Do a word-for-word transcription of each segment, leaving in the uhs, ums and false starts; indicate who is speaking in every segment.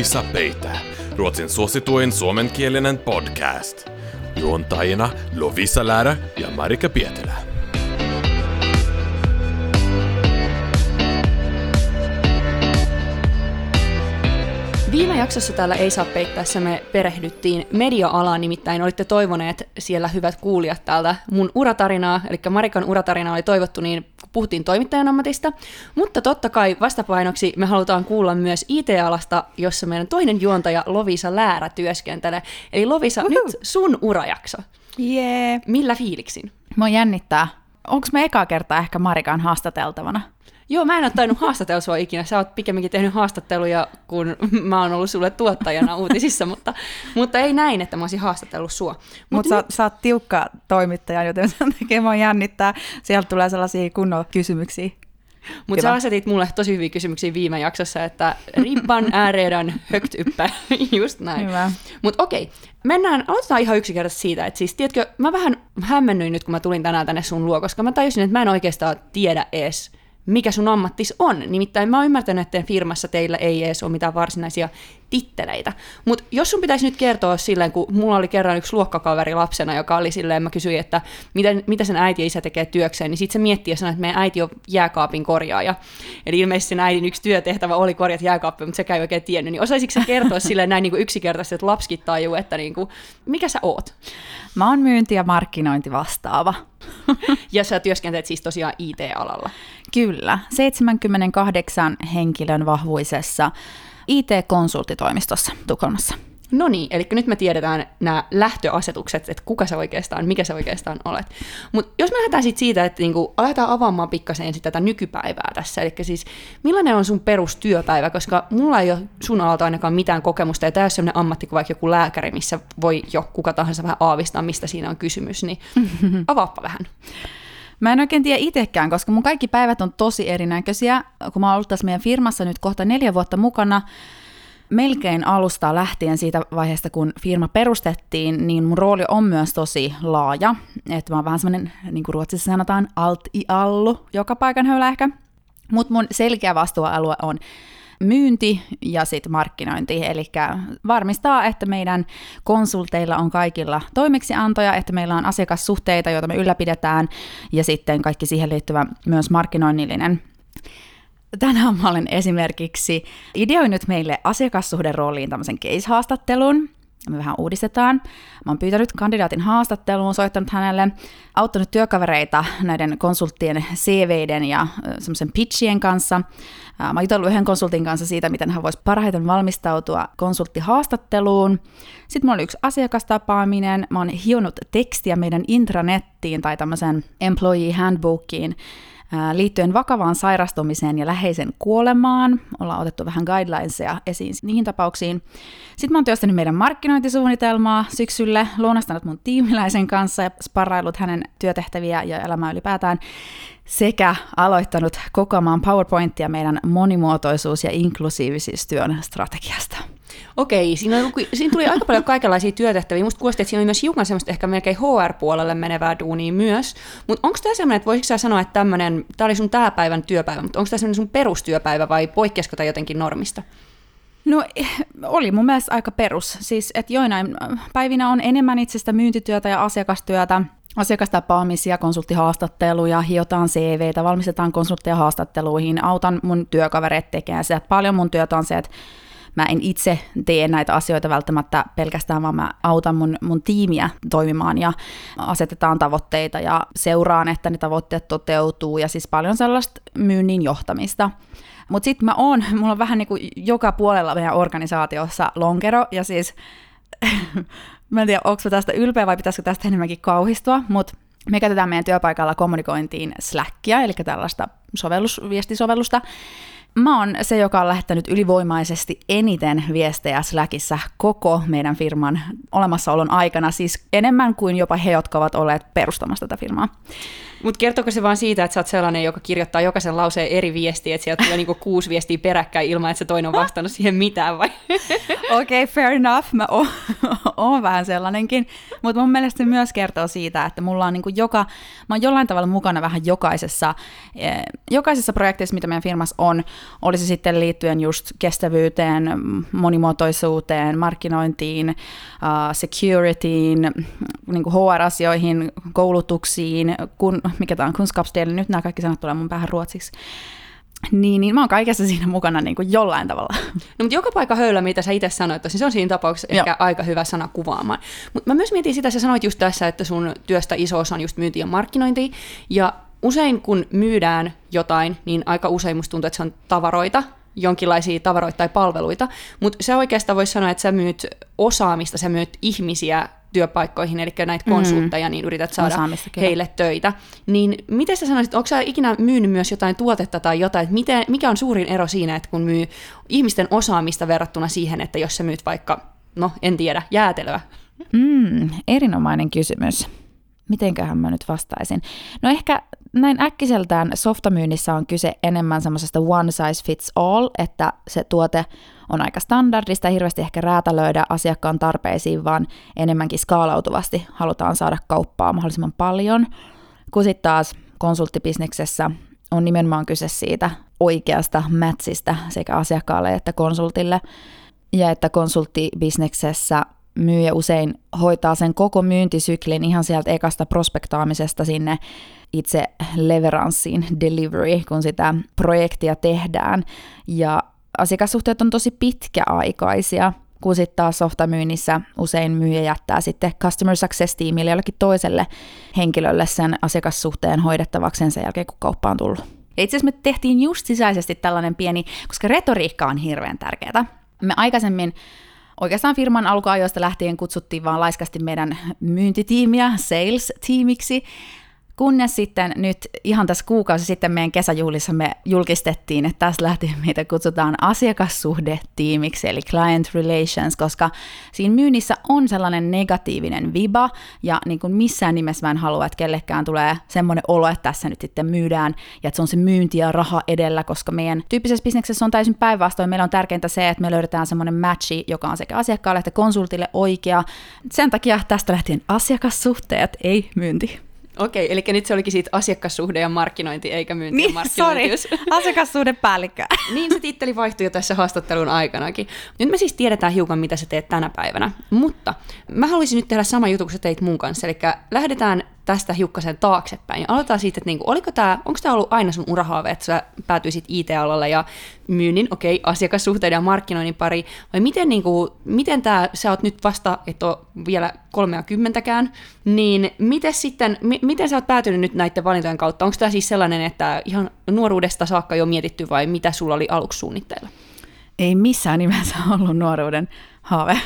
Speaker 1: Lovisa Peitä, Ruotsin suosituin suomenkielinen podcast. Juontajina Lovisa Läärä ja Marika Pietilä.
Speaker 2: Viime jaksossa täällä Ei saa peittäessä me perehdyttiin media-alaan, nimittäin olitte toivoneet siellä hyvät kuulijat täältä mun uratarinaa, eli Marikan uratarinaa oli toivottu niin, kun puhuttiin toimittajan ammatista, mutta totta kai vastapainoksi me halutaan kuulla myös I T-alasta, jossa meidän toinen juontaja Lovisa Läärä työskentelee. Eli Lovisa, Uhu. Nyt sun urajakso.
Speaker 3: Jee. Yeah.
Speaker 2: Millä fiiliksin?
Speaker 3: Mua jännittää. Onko me ekaa kertaa ehkä Marikan haastateltavana?
Speaker 2: Joo, mä en ole tainnut haastatella sua ikinä. Sä oot pikemminkin tehnyt haastatteluja, kun mä oon ollut sulle tuottajana uutisissa, mutta, mutta ei näin, että mä olisin haastatellut sua.
Speaker 3: Mutta Mut sä,
Speaker 2: nyt...
Speaker 3: sä oot tiukka toimittaja, joten sen takia mua jännittää. Sieltä tulee sellaisia kunnon kysymyksiä.
Speaker 2: Mutta sä asetit mulle tosi hyviä kysymyksiä viime jaksossa, että ribban ääreedän högt yppä, just näin. Mutta okei, mennään, aloitetaan ihan yksinkertaisesti siitä, että siis tiedätkö, mä vähän hämmennyin nyt, kun mä tulin tänään tänne sun luo, koska mä tajusin, että mä en oikeastaan tiedä edes, mikä sun ammattis on. Nimittäin mä oon ymmärtänyt, että firmassa teillä ei edes ole mitään varsinaisia titteleitä. Mutta jos sun pitäisi nyt kertoa silleen, kun mulla oli kerran yksi luokkakaveri lapsena, joka oli silleen, mä kysyin, että miten, mitä sen äiti ja isä tekee työkseen, niin sit se miettii ja sanoi, että meidän äiti on jääkaapin korjaaja. Eli ilmeisesti sen äidin yksi työtehtävä oli korjata jääkaappia, mutta sekä ei oikein tiennyt. Niin osaisitko sä kertoa silleen näin niin kuin yksinkertaisesti, että lapsikin tajuu, että niin kuin, mikä sä oot?
Speaker 3: Mä oon myynti- ja markkinointi vastaava.
Speaker 2: Ja sä työskentelet siis tosiaan I T-alalla.
Speaker 3: Kyllä, seitsemänkymmentäkahdeksan henkilön vahvuisessa I T-konsulttitoimistossa Tukholmassa.
Speaker 2: No niin, eli nyt me tiedetään nämä lähtöasetukset, että kuka sä oikeastaan, mikä sä oikeastaan olet. Mutta jos me lähdetään sitten siitä, että niinku aletaan avaamaan pikkasen ensin tätä nykypäivää tässä, eli siis millainen on sun perustyöpäivä, koska mulla ei ole sun alalta ainakaan mitään kokemusta, ja tämä on sellainen ammatti kuin vaikka joku lääkäri, missä voi jo kuka tahansa vähän aavistaa, mistä siinä on kysymys, niin avaappa vähän.
Speaker 3: Mä en oikein tiedä itsekään, koska mun kaikki päivät on tosi erinäköisiä. Kun mä oon ollut tässä meidän firmassa nyt kohta neljä vuotta mukana, melkein alusta lähtien siitä vaiheesta, kun firma perustettiin, niin mun rooli on myös tosi laaja. Että mä oon vähän semmoinen, niin kuin Ruotsissa sanotaan, alt-i-allu, joka paikan höylä ehkä. Mutta mun selkeä vastuualue on myynti ja sitten markkinointi, eli varmistaa, että meidän konsulteilla on kaikilla toimeksiantoja, että meillä on asiakassuhteita, joita me ylläpidetään, ja sitten kaikki siihen liittyvä myös markkinoinnillinen. Tänään mä olen esimerkiksi ideoinut meille asiakassuhderooliin tämmöisen case-haastattelun. Me vähän uudistetaan. Mä oon pyytänyt kandidaatin haastatteluun, soittanut hänelle, auttanut työkavereita näiden konsulttien C V:iden ja semmoisen pitchien kanssa. Mä oon jutellut yhden konsultin kanssa siitä, miten hän voisi parhaiten valmistautua konsulttihaastatteluun. Sitten mulla oli yksi asiakastapaaminen. Mä oon hionut tekstiä meidän intranettiin tai tämmöisen employee handbookiin liittyen vakavaan sairastumiseen ja läheisen kuolemaan. Ollaan otettu vähän guidelinesia esiin niihin tapauksiin. Sitten mä oon työstänyt meidän markkinointisuunnitelmaa syksylle, lounastanut mun tiimiläisen kanssa ja sparrailut hänen työtehtäviä ja elämää ylipäätään, sekä aloittanut kokoamaan PowerPointia meidän monimuotoisuus- ja inklusiivisuustyön strategiasta.
Speaker 2: Okei, siinä, oli, siinä tuli aika paljon kaikenlaisia työtehtäviä. Musta kuulosti, että siinä oli myös hiukan semmoista ehkä melkein H R-puolelle menevää duunia myös. Mutta onko tämä semmoinen, että voisitko sä sanoa, että tämmöinen, tämä oli sun tämä päivän työpäivä, mutta onko tämä semmoinen sun perustyöpäivä vai poikkeasiko tämä jotenkin normista?
Speaker 3: No oli mun mielestä aika perus. Siis, että joinain päivinä on enemmän itsestä myyntityötä ja asiakastyötä, asiakastapaamisia, konsulttihaastatteluja, hiotaan C V:tä, valmistetaan konsultteja haastatteluihin, autan mun työkavereet tekemään sitä. Paljon mun työtä on se, että mä en itse tee näitä asioita välttämättä pelkästään, vaan mä autan mun, mun tiimiä toimimaan ja asetetaan tavoitteita ja seuraan, että ne tavoitteet toteutuu ja siis paljon sellaista myynnin johtamista. Mutta sitten mä oon, mulla on vähän niin kuin joka puolella meidän organisaatiossa lonkero ja siis mä en tiedä, onko mä tästä ylpeä vai pitäisikö tästä enemmänkin kauhistua, mutta me käytetään meidän työpaikalla kommunikointiin Slackia, eli tällaista sovellus, viestisovellusta. Mä oon se, joka on lähettänyt ylivoimaisesti eniten viestejä Slackissa koko meidän firman olemassaolon aikana, siis enemmän kuin jopa he, jotka ovat olleet perustamassa tätä firmaa.
Speaker 2: Mutta kertooko se vaan siitä, että sä oot sellainen, joka kirjoittaa jokaisen lauseen eri viestiä, että sieltä tulee niinku kuusi viestiä peräkkäin ilman, että se toinen on vastannut siihen mitään, vai?
Speaker 3: Okei, okay, fair enough. Mä oon, oon vähän sellainenkin. Mutta mun mielestä se myös kertoo siitä, että mulla on niinku joka, mä oon jollain tavalla mukana vähän jokaisessa, jokaisessa projektissa, mitä meidän firmassa on. Oli se sitten liittyen just kestävyyteen, monimuotoisuuteen, markkinointiin, uh, securityin, niinku H R-asioihin, koulutuksiin, kun, mikä tämä on, kunskapsdelen, nyt nämä kaikki sanat tulee mun päähän ruotsiksi. Niin, niin mä oon kaikessa siinä mukana niin kuin jollain tavalla.
Speaker 2: No, mutta joka paikka höylä, mitä sä itse sanoit, tosin se on siinä tapauksessa ehkä Joo. aika hyvä sana kuvaamaan. Mutta mä myös mietin sitä, sä sanoit just tässä, että sun työstä iso osa on just myynti ja markkinointi, ja usein kun myydään jotain, niin aika usein musta tuntuu, että se on tavaroita, jonkinlaisia tavaroita tai palveluita, mutta se oikeastaan voisi sanoa, että sä myyt osaamista, sä myyt ihmisiä työpaikkoihin, eli näitä konsultteja, mm. niin yrität saada heille töitä. Niin miten sä sanoisit, onko sä ikinä myynyt myös jotain tuotetta tai jotain, että miten, mikä on suurin ero siinä, että kun myy ihmisten osaamista verrattuna siihen, että jos sä myyt vaikka, no en tiedä, jäätelöä?
Speaker 3: Mm, erinomainen kysymys. Mitenköhän mä nyt vastaisin? No ehkä näin äkkiseltään softamyynnissä on kyse enemmän semmoisesta one size fits all, että se tuote on aika standardista, hirveästi ehkä räätälöidä asiakkaan tarpeisiin, vaan enemmänkin skaalautuvasti halutaan saada kauppaa mahdollisimman paljon. Kun sitten taas konsulttibisneksessä on nimenomaan kyse siitä oikeasta matchista sekä asiakkaalle että konsultille, ja että konsulttibisneksessä myyjä usein hoitaa sen koko myyntisyklin ihan sieltä ekasta prospektaamisesta sinne itse leveranssiin, delivery, kun sitä projektia tehdään. Ja asiakassuhteet on tosi pitkäaikaisia, kun sitten taas softamyynnissä usein myyjä jättää sitten customer success-tiimille jollekin toiselle henkilölle sen asiakassuhteen hoidettavaksi sen jälkeen, kun kauppa on tullut. Ja itse asiassa me tehtiin just sisäisesti tällainen pieni, koska retoriikka on hirveän tärkeää. Me aikaisemmin oikeastaan firman alkuajoista lähtien kutsuttiin vaan laiskasti meidän myyntitiimiä sales-tiimiksi, kunnes sitten nyt ihan tässä kuukausi sitten meidän kesäjuhlissa me julkistettiin, että tästä lähtien meitä kutsutaan asiakassuhdetiimiksi, eli client relations, koska siinä myynnissä on sellainen negatiivinen viba, ja niin kuin missään nimessä mä en halua, että kellekään tulee semmoinen olo, että tässä nyt sitten myydään, ja että se on se myynti ja raha edellä, koska meidän tyyppisessä bisneksessä on täysin päinvastoin. Meillä on tärkeintä se, että me löydetään semmoinen matchi, joka on sekä asiakkaalle että konsultille oikea. Sen takia tästä lähtien asiakassuhteet, ei myynti.
Speaker 2: Okei, eli nyt se olikin siitä asiakassuhde ja markkinointi, eikä myynti ja
Speaker 3: niin,
Speaker 2: markkinointi.
Speaker 3: Sori, asiakassuhdepäällikkö.
Speaker 2: Niin, se titteli vaihtui jo tässä haastattelun aikanakin. Nyt me siis tiedetään hiukan, mitä sä teet tänä päivänä, mutta mä haluaisin nyt tehdä sama juttu, kun sä teit mun kanssa, eli lähdetään tästä hiukkasen taaksepäin. Ja aloitetaan siitä, että niinku, oliko tää, onko tämä ollut aina sun urahaave, että sä päätyisit I T-alalle ja myynnin, okei, okay, asiakassuhteiden ja markkinoinnin pari, vai miten, niinku, miten tää, sä oot nyt vasta, et ole vielä kolmeakymmentäkään, niin miten sitten, m- miten sä oot päätynyt nyt näiden valintojen kautta? Onko tämä siis sellainen, että ihan nuoruudesta saakka jo mietitty, vai mitä sulla oli aluksi suunnitteilla?
Speaker 3: Ei missään nimessä ollut nuoruuden haave.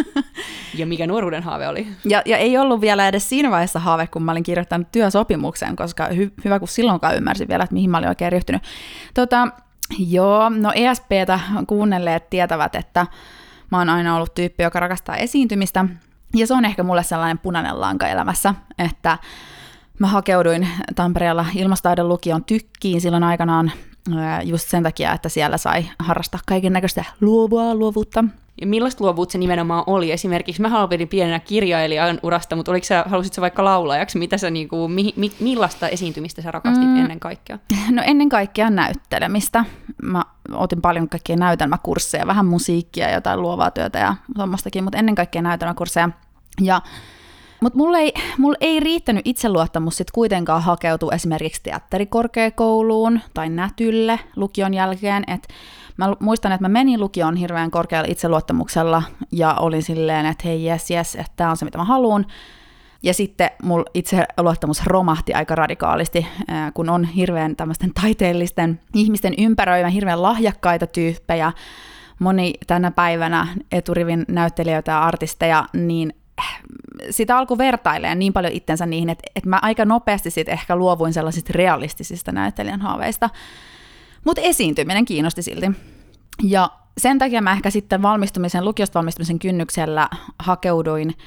Speaker 2: Ja mikä nuoruuden haave oli?
Speaker 3: Ja, ja ei ollut vielä edes siinä vaiheessa haave, kun mä olin kirjoittanut työsopimuksen, koska hy, hyvä kun silloinkaan ymmärsin vielä, että mihin mä olin oikein ryhtynyt. Tota, joo, no E S P:tä kuunnelleet tietävät, että mä oon aina ollut tyyppi, joka rakastaa esiintymistä. Ja se on ehkä mulle sellainen punainen lanka elämässä, että mä hakeuduin Tampereella ilmastotaiden lukion Tykkiin silloin aikanaan just sen takia, että siellä sai harrastaa kaiken näköistä luovaa luovuutta.
Speaker 2: Ja millaista luovuutta se nimenomaan oli? Esimerkiksi mä haluan pienenä kirjailijan urasta, mutta oliko sä, halusit sä vaikka laulajaksi? Mitä sä, niinku, mi, mi, millaista esiintymistä sä rakastit mm. ennen kaikkea?
Speaker 3: No ennen kaikkea näyttelemistä. Mä otin paljon kaikkia näytelmäkursseja, vähän musiikkia, jotain luovaa työtä ja tommostakin, mutta ennen kaikkea näytelmäkursseja. Ja Mutta mulle ei, mulle ei riittänyt itseluottamus sit kuitenkaan hakeutua esimerkiksi teatterikorkeakouluun tai Nätylle lukion jälkeen. Et mä muistan, että mä menin lukioon hirveän korkealla itseluottamuksella ja olin silleen, että hei jes jes, että tää on se mitä mä haluun. Ja sitten mulla itseluottamus romahti aika radikaalisti, kun on hirveän tämmöisten taiteellisten ihmisten ympäröimä, hirveän lahjakkaita tyyppejä. Moni tänä päivänä eturivin näyttelijöitä ja artisteja, niin sitä alkoi vertailemaan niin paljon itsensä niihin, että, että mä aika nopeasti sit ehkä luovuin sellaisista realistisista näyttelijän haaveista. Mutta esiintyminen kiinnosti silti. Ja sen takia mä ehkä sitten valmistumisen, lukiosta valmistumisen kynnyksellä hakeuduin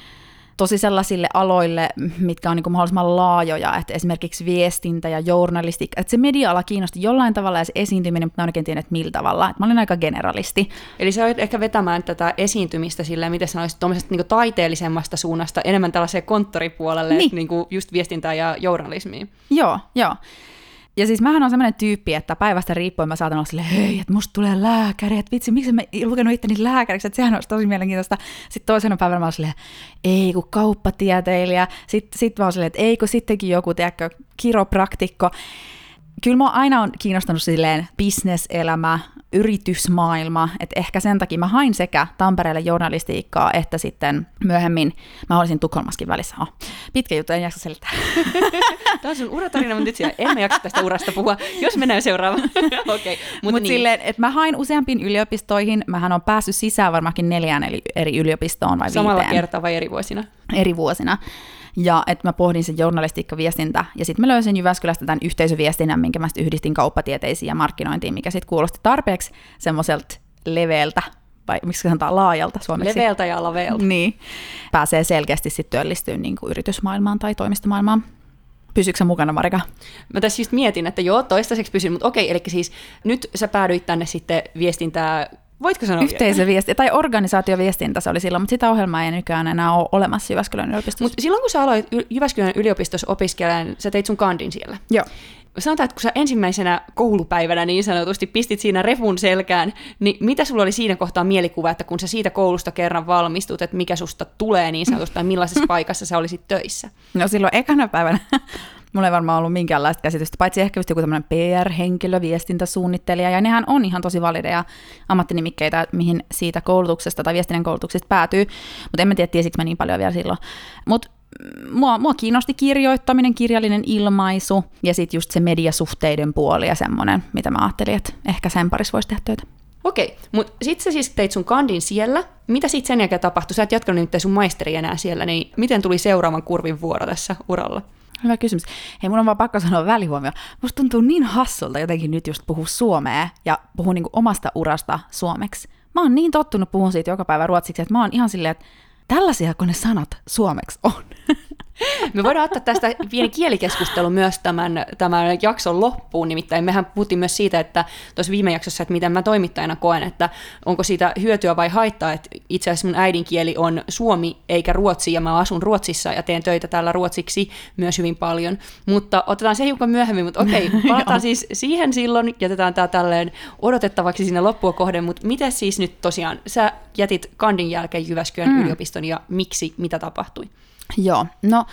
Speaker 3: tosi sellaisille aloille, mitkä on niin kuin mahdollisimman laajoja, että esimerkiksi viestintä ja journalistiikka, että se media-ala kiinnosti jollain tavalla ja se esiintyminen, mutta mä en oikein tiedä, että millä tavalla. Että mä olin aika generalisti.
Speaker 2: Eli sä olet ehkä vetämään tätä esiintymistä silleen, miten sanoisit, tuollaisesta niin taiteellisemmasta suunnasta enemmän tällaiseen konttoripuolelle, niin. Niin kuin just viestintää ja journalismiin.
Speaker 3: Joo, joo. Ja siis mähän on semmoinen tyyppi, että päivästä riippuen mä saatan olla silleen, hei, että musta tulee lääkäri, että vitsi, miksi mä lukenut itteni lääkäriksi, että sehän olisi tosi mielenkiintoista. Sitten toisena päivänä mä oon silleen, ei kun kauppatieteilijä, sitten sit mä oon silleen, että ei kun sittenkin joku, tiedätkö, kiropraktikko. Kyllä mä aina on kiinnostanut silleen bisneselämä, yritysmaailma, että ehkä sen takia mä hain sekä Tampereelle journalistiikkaa, että sitten myöhemmin mä olisin Tukholmaskin välissä. Oh, pitkä juttu, en jaksa selittää.
Speaker 2: Tämä on sun uratarina, mutta itse en mä jaksa tästä urasta puhua, jos mennään seuraavaan. Okay, mutta
Speaker 3: Mut
Speaker 2: niin.
Speaker 3: silleen, että mä hain useampiin yliopistoihin, mähän on päässyt sisään varmaankin neljään eri yliopistoon vai
Speaker 2: Samalla
Speaker 3: viiteen.
Speaker 2: kertaa vai eri vuosina?
Speaker 3: Eri vuosina. Ja että mä pohdin sen journalistiikka, viestintä, ja sitten mä löysin Jyväskylästä tämän yhteisöviestinnän, minkä mä yhdistin kauppatieteisiin ja markkinointiin, mikä sitten kuulosti tarpeeksi semmoiselta leveältä, vai miksi sanotaan laajalta suomeksi?
Speaker 2: Leveältä ja laveelta.
Speaker 3: Niin. Pääsee selkeästi sitten työllistyä niin kuin yritysmaailmaan tai toimistomaailmaan. Pysyykö sä mukana, Marika?
Speaker 2: Mä tässä just mietin, että joo, toistaiseksi pysyn, mutta okei, eli siis nyt sä päädyit tänne sitten viestintää. Voitko sanoa?
Speaker 3: Yhteisöviestintä tai organisaatioviestintä se oli silloin, mutta sitä ohjelmaa ei nykyään enää ole olemassa Jyväskylän yliopistossa.
Speaker 2: Mutta silloin kun sä aloit Jyväskylän yliopistossa opiskelemaan, sä teit sun kandin siellä.
Speaker 3: Joo.
Speaker 2: Sanotaan, että kun sä ensimmäisenä koulupäivänä niin sanotusti pistit siinä refun selkään, niin mitä sulla oli siinä kohtaa mielikuva, että kun sä siitä koulusta kerran valmistut, että mikä susta tulee niin sanotusti, tai millaisessa paikassa sä olisit töissä?
Speaker 3: No silloin ekana päivänä mulla ei varmaan ollut minkäänlaista käsitystä, paitsi ehkä just joku tämmöinen P R-henkilö, viestintäsuunnittelija, ja nehän on ihan tosi valideja ammattinimikkeitä, mihin siitä koulutuksesta tai viestinnän koulutuksesta päätyy, mutta en mä tiedä, tiesikö mä niin paljon vielä silloin. Mutta mua, mua kiinnosti kirjoittaminen, kirjallinen ilmaisu, ja sitten just se mediasuhteiden puoli ja semmoinen, mitä mä ajattelin, että ehkä sen parissa voisi tehdä töitä.
Speaker 2: Okei, mutta sitten sä siis teit sun kandin siellä. Mitä sitten sen jälkeen tapahtui? Sä et jatkanut nyt sun maisteri enää siellä, niin miten tuli seuraavan kurvin vuoro tässä uralla?
Speaker 3: Hyvä kysymys. Hei, mun on vaan pakko sanoa välihuomio. Musta tuntuu niin hassulta jotenkin nyt just puhua suomea ja puhua niinku omasta urasta suomeksi. Mä oon niin tottunut puhun siitä joka päivä ruotsiksi, että mä oon ihan silleen, että tällaisia kun ne sanat suomeksi on.
Speaker 2: Me voidaan ottaa tästä pieni kielikeskustelu myös tämän, tämän jakson loppuun, nimittäin mehän puhuttiin myös siitä, että tuossa viime jaksossa, että miten mä toimittajana koen, että onko siitä hyötyä vai haittaa, että itse asiassa mun äidinkieli on suomi eikä ruotsi, ja mä asun Ruotsissa ja teen töitä täällä ruotsiksi myös hyvin paljon, mutta otetaan se hiukan myöhemmin, mutta okei, palataan siis siihen silloin, jätetään tää tälleen odotettavaksi sinne loppua kohden, mutta miten siis nyt tosiaan, sä jätit kandin jälkeen Jyväskylän mm. yliopiston ja miksi, mitä tapahtui?
Speaker 3: Joo, no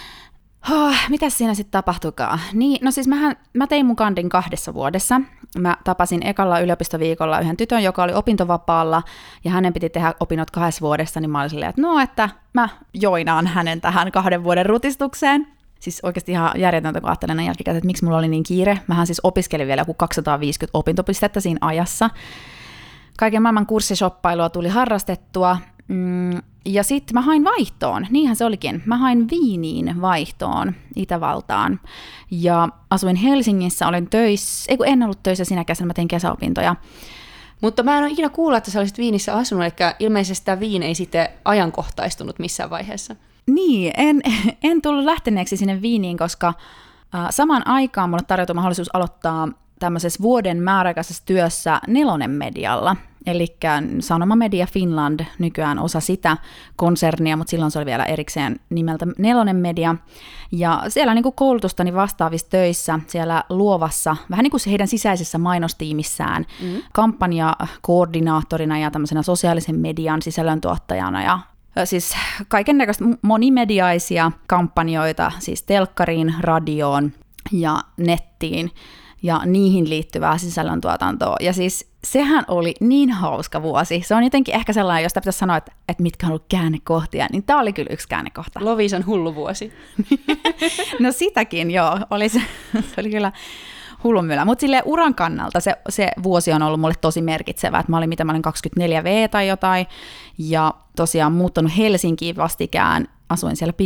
Speaker 3: oh, mitäs siinä sitten tapahtuikaan? Niin, no siis mähän, mä tein mun kandin kahdessa vuodessa. Mä tapasin ekalla yliopistoviikolla yhden tytön, joka oli opintovapaalla, ja hänen piti tehdä opinnot kahdessa vuodessa, niin mä olin silleen, että no, että mä joinaan hänen tähän kahden vuoden rutistukseen. Siis oikeasti ihan järjetöntä, kun ajattelen jälkikäteen, että miksi mulla oli niin kiire. Mähän siis opiskelin vielä joku kaksisataaviisikymmentä opintopistettä siinä ajassa. Kaiken maailman kurssishoppailua tuli harrastettua. Mm, ja sitten mä hain vaihtoon, niinhän se olikin. Mä hain Wieniin vaihtoon Itävaltaan. Ja asuin Helsingissä, olin töissä, ei kun en ollut töissä sinä kesänä, mä tein kesäopintoja.
Speaker 2: Mutta mä en ole ikinä kuullut, että sä olisit Wienissä asunut, eli ilmeisesti tämä Wien ei sitten ajankohtaistunut missään vaiheessa.
Speaker 3: Niin, en, en tullut lähteneeksi sinne Wieniin, koska äh, samaan aikaan mulle tarjoutui mahdollisuus aloittaa tämmöisessä vuoden määräaikaisessa työssä Nelonen Medialla. Eli Sanoma Media Finland, nykyään osa sitä konsernia, mutta silloin se oli vielä erikseen nimeltä Nelonen Media. Ja siellä niin kuin koulutustani vastaavissa töissä, siellä luovassa, vähän niin kuin heidän sisäisessä mainostiimissään, mm. kampanjakoordinaattorina ja tämmöisenä sosiaalisen median sisällöntuottajana ja siis kaikennäköistä monimediaisia kampanjoita, siis telkkariin, radioon ja nettiin ja niihin liittyvää sisällöntuotantoa. Ja siis sehän oli niin hauska vuosi. Se on jotenkin ehkä sellainen, jos pitäisi sanoa, että, että mitkä on ollut käännekohtia, niin tämä oli kyllä yksi käännekohta.
Speaker 2: Loviisan hullu vuosi.
Speaker 3: No sitäkin, joo. Oli se, se oli kyllä hullunmyllä. Mutta silleen uran kannalta se, se vuosi on ollut mulle tosi merkitsevä. Että mä olin, mitä mä olin kaksikymmentäneljä vuotta tai jotain, ja tosiaan muuttanut Helsinkiin vastikään. Asuin siellä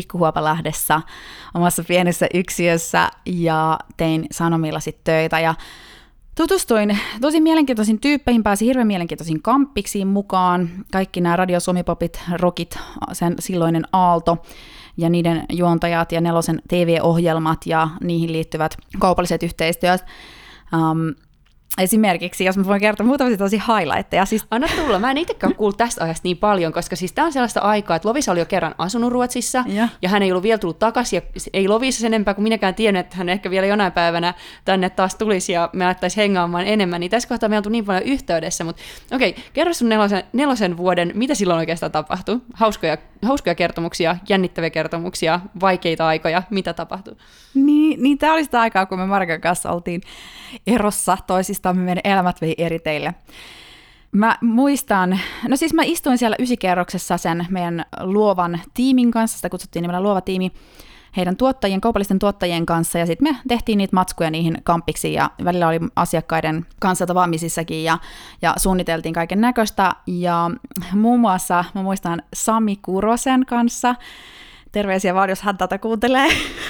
Speaker 3: tutustuin tosi mielenkiintoisiin tyyppeihin, pääsin hirveän mielenkiintoisiin kamppiksiin mukaan. Kaikki nämä Radio Suomi-popit, rockit, sen silloinen aalto ja niiden juontajat ja Nelosen T V-ohjelmat ja niihin liittyvät kaupalliset yhteistyöt. Um, Esimerkiksi, jos mä voin kertoa muutamia tosi highlightteja. Siis...
Speaker 2: Anna tulla. Mä en itsekään kuullut tästä ajasta niin paljon, koska siis tää on sellaista aikaa, että Lovisa oli jo kerran asunut Ruotsissa, ja, ja hän ei ollut vielä tullut takaisin, ja ei Lovisa sen enempää kuin minäkään tiennyt, että hän ehkä vielä jonain päivänä tänne taas tulisi, ja me alettaisiin hengaamaan enemmän, niin tässä kohtaa me oltu niin paljon yhteydessä, mutta okei, kerro sun nelosen, nelosen vuoden, mitä silloin oikeastaan tapahtui? Hauskoja, hauskoja kertomuksia, jännittäviä kertomuksia, vaikeita aikoja, mitä tapahtui?
Speaker 3: Niin, niin tämä oli sitä aikaa, kun me Marikan kanssa oltiin erossa toisistamme, meidän elämät vei eri teille. Mä muistan, no siis mä istuin siellä ysikerroksessa sen meidän luovan tiimin kanssa, sitä kutsuttiin nimellä luova tiimi, heidän tuottajien, kaupallisten tuottajien kanssa, ja sitten me tehtiin niitä matskuja niihin kampiksiin, ja välillä oli asiakkaiden kanssa tapaamisissakin, ja, ja suunniteltiin kaiken näköistä, ja muun muassa mä muistan Sami Kurosen kanssa, terveisiä vaan, jos hän tätä kuuntelee.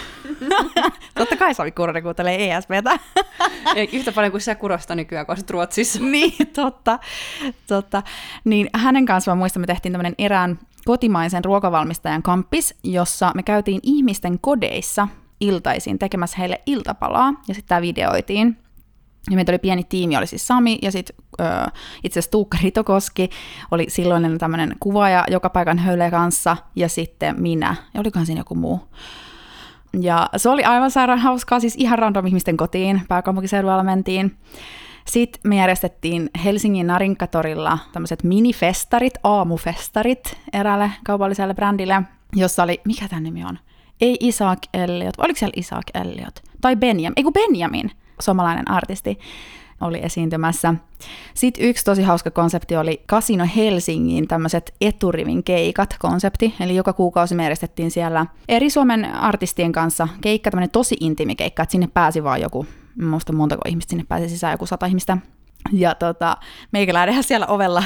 Speaker 3: Totta kai Sami Kuronen kuuntelee E S P:tä.
Speaker 2: Ei, yhtä paljon kuin sä Kurosta nykyään, kun olet Ruotsissa.
Speaker 3: Niin, totta. totta. Niin hänen kanssaan muistan, me tehtiin tämmöinen erään kotimaisen ruokavalmistajan kamppis, jossa me käytiin ihmisten kodeissa iltaisin tekemässä heille iltapalaa, ja sitten tämä videoitiin. Ja meitä oli pieni tiimi, oli siis Sami, ja sitten itse asiassa Tuukka Ritokoski oli silloinen tämmöinen kuvaaja joka paikan höyle kanssa, ja sitten minä, ja olikohan siinä joku muu. Ja se oli aivan sairaan hauskaa, siis ihan random ihmisten kotiin, pääkaupunkiseudulla mentiin. Sitten me järjestettiin Helsingin Narinkatorilla tämmöiset minifestarit, aamufestarit eräälle kaupalliselle brändille, jossa oli, mikä tämä nimi on? Ei Isaac Elliot, oliko siellä Isaac Elliot? Tai Benjamin, ei kun Benjamin, suomalainen artisti, oli esiintymässä. Sitten yksi tosi hauska konsepti oli Casino Helsingin tämmöiset eturivin keikat konsepti, eli joka kuukausi me järjestettiin siellä eri Suomen artistien kanssa keikka, tämmöinen tosi intiimi keikka, että sinne pääsi vaan joku, en muista montako ihmistä sinne pääsi sisään, joku sata ihmistä. Ja tota, meikäläinenhän siellä ovella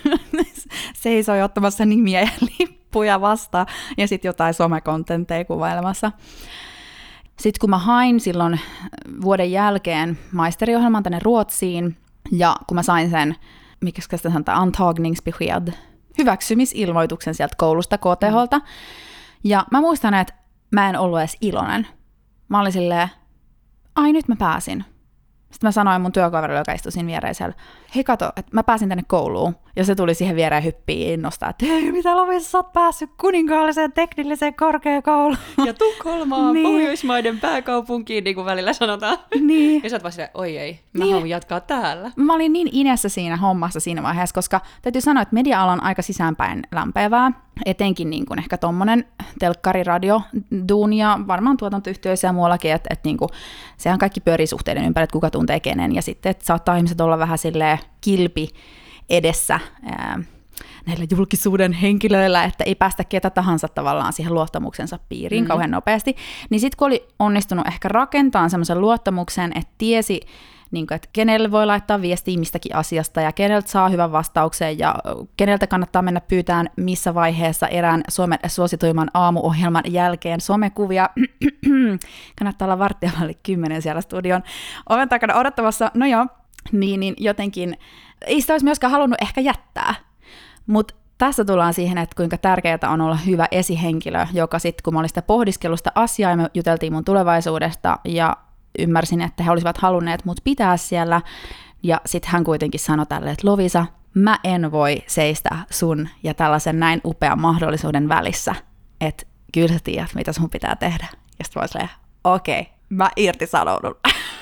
Speaker 3: seisoi ottamassa nimiä ja lippuja vastaan, ja sitten jotain somekontentteja kuvailemassa. Sitten kun mä hain silloin vuoden jälkeen maisteriohjelman tänne Ruotsiin, ja kun mä sain sen, mikä sitä sanotaan, antagningsbesked, hyväksymisilmoituksen sieltä koulusta K T H:lta, mm. ja mä muistan, että mä en ollut edes iloinen. Mä olin silleen, ai nyt mä pääsin. Sitten mä sanoin mun työkaverille, joka istui siinä viereisellä, hei kato, että mä pääsin tänne kouluun. Ja se tuli siihen viereen hyppiin innostaa, että hei, mitä Lovisa, sä oot päässyt kuninkaalliseen teknilliseen korkeakouluun.
Speaker 2: Ja Tukholmaan, niin. Pohjoismaiden pääkaupunkiin, niin kuin välillä sanotaan.
Speaker 3: Niin.
Speaker 2: Ja sä oot vaan silleen, oi ei, mä
Speaker 3: niin.
Speaker 2: haluan jatkaa täällä.
Speaker 3: Mä olin niin inessä siinä hommassa siinä vaiheessa, koska täytyy sanoa, että media-ala on aika sisäänpäin lämpeävää. Etenkin niin kuin ehkä tommonen telkkari-radio, duuni ja varmaan tuotantoyhtiöissä ja muuallakin, että, että niin kuin, sehän kaikki pyörii suhteiden ympäri, että kuka tuntee kenen. Ja sitten, että saattaa ihmiset olla vähän silleen kilpi edessä ää, näillä julkisuuden henkilöillä, että ei päästä ketä tahansa tavallaan siihen luottamuksensa piiriin mm-hmm. kauhean nopeasti. Niin sitten kun oli onnistunut ehkä rakentamaan semmoisen luottamuksen, että tiesi, niin kuin, että kenelle voi laittaa viestiä mistäkin asiasta ja keneltä saa hyvän vastauksen ja keneltä kannattaa mennä pyytämään missä vaiheessa erään Suomen suosituimman aamuohjelman jälkeen somekuvia. Kannattaa olla varttia vaille kymmenen siellä studion oven takana odottamassa. No joo, niin, niin jotenkin ei sitä olisi myöskään halunnut ehkä jättää, mutta tässä tullaan siihen, että kuinka tärkeää on olla hyvä esihenkilö, joka sitten, kun mä olin sitä pohdiskelusta asiaa ja me juteltiin mun tulevaisuudesta ja ymmärsin, että he olisivat halunneet mut pitää siellä, ja sitten hän kuitenkin sanoi tälle, että Lovisa, mä en voi seistä sun ja tällaisen näin upean mahdollisuuden välissä, että kyllä sä tiedät, mitä sun pitää tehdä. Ja sitten mä olin okei, okay, mä irtisanoudun.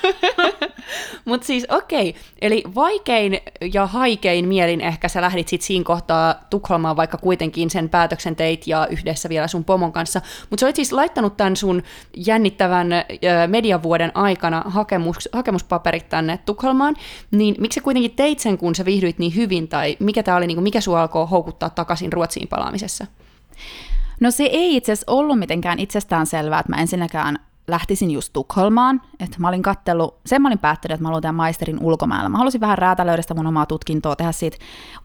Speaker 2: Mutta siis okei, okay. Eli vaikein ja haikein mielin ehkä sä lähdit sit siinä kohtaa Tukholmaan, vaikka kuitenkin sen päätöksen teit ja yhdessä vielä sun pomon kanssa. Mutta sä olit siis laittanut tämän sun jännittävän äh, mediavuoden aikana hakemus, hakemuspaperit tänne Tukholmaan, niin miksi sä kuitenkin teit sen, kun sä viihdyit niin hyvin, tai mikä tää oli, niin mikä sua alkoi houkuttaa takaisin Ruotsiin palaamisessa?
Speaker 3: No se ei itse asiassa ollut mitenkään itsestään selvää, että mä ensinnäkään lähtisin just Tukholmaan, että mä olin kattellut, sen mä olin päättänyt, että mä haluan tehdä maisterin ulkomailla. Mä halusin vähän räätälöidä sitä mun omaa tutkintoa, tehdä siitä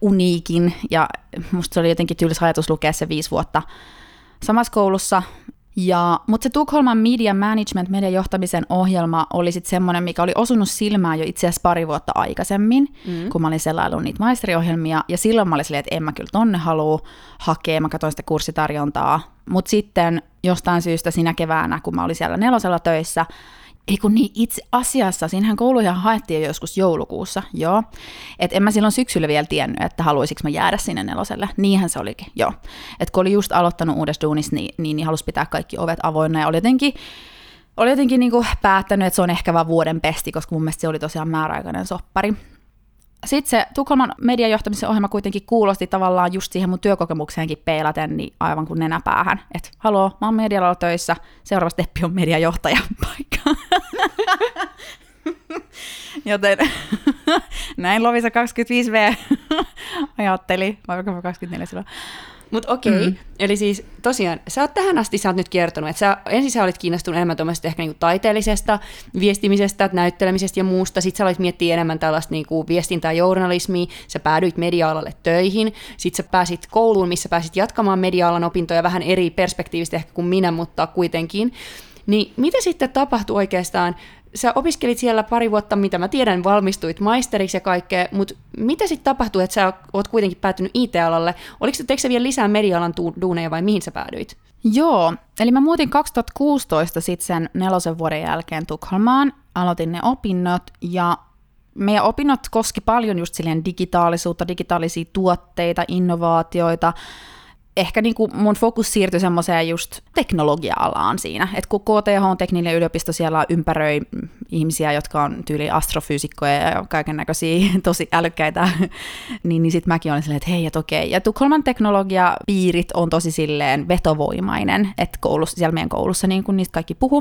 Speaker 3: uniikin, ja musta se oli jotenkin tylsä ajatus lukea se viisi vuotta samassa koulussa. Ja, mutta se Tukholman Media Management, median johtamisen ohjelma oli sitten semmoinen, mikä oli osunut silmään jo itse asiassa pari vuotta aikaisemmin, mm. kun mä olin selaillut niitä maisteriohjelmia, ja silloin mä olin silleen, että en mä kyllä tonne halua hakea, mä katsoin sitä kurssitarjontaa, mutta sitten jostain syystä siinä keväänä, kun mä olin siellä nelosella töissä, ei kun niin itse asiassa, siinähän kouluja haettiin jo joskus joulukuussa, joo. Että en mä silloin syksyllä vielä tiennyt, että haluaisinko mä jäädä sinne neloselle. Niinhän se olikin, joo. Että kun oli just aloittanut uudessa duunissa, niin, niin, niin halusi pitää kaikki ovet avoinna ja oli jotenkin, oli jotenkin niinku päättänyt, että se on ehkä vaan vuoden pesti, koska mun mielestä se oli tosiaan määräaikainen soppari. Sitten se Tukholman median johtamisen ohjelma kuitenkin kuulosti tavallaan just siihen mun työkokemukseenkin peilaten, niin aivan kuin nenäpäähän. Että haloo, mä oon medialalla töissä, seuraava steppi on mediajohtajan paikka. Joten näin Lovisa kaksikymmentäviisi vuotias ajatteli, vai vaikka kaksikymmentäneljä silloin.
Speaker 2: Mutta okei, okay.
Speaker 3: Mm.
Speaker 2: Eli siis tosiaan, sä oot tähän asti sä oot nyt kertonut, että sä, ensin sä olit kiinnostunut enemmän tuommoisesta ehkä niinku taiteellisesta viestimisestä, näyttelemisestä ja muusta, sit sä aloit miettiä enemmän tällaista niinku viestintää ja journalismia, sä päädyit media-alalle töihin, sit sä pääsit kouluun, missä pääsit jatkamaan media-alan opintoja vähän eri perspektiivistä ehkä kuin minä, mutta kuitenkin. Niin mitä sitten tapahtui oikeastaan? Sä opiskelit siellä pari vuotta, mitä mä tiedän, valmistuit maisteriksi ja kaikkea, mutta mitä sitten tapahtui, että sä oot kuitenkin päätynyt I T-alalle? Oliko teikö sä vielä lisää media-alan duuneja vai mihin sä päädyit?
Speaker 3: Joo, eli mä muutin kaksituhattakuusitoista sitten sen nelosen vuoden jälkeen Tukholmaan, aloitin ne opinnot ja meidän opinnot koski paljon just silleen digitaalisuutta, digitaalisia tuotteita, innovaatioita. Ehkä niin kuin mun fokus siirtyi semmoiseen just teknologia-alaan siinä, että kun K T H on teknillinen yliopisto, siellä ympäröi ihmisiä, jotka on tyyli astrofyysikkoja ja kaiken näköisiä tosi älykkäitä, niin, niin sitten mäkin olin silleen, että hei, että okei. Ja Tukholman teknologiapiirit on tosi silleen vetovoimainen, että koulussa, siellä meidän koulussa niin kuin niistä kaikki puhu.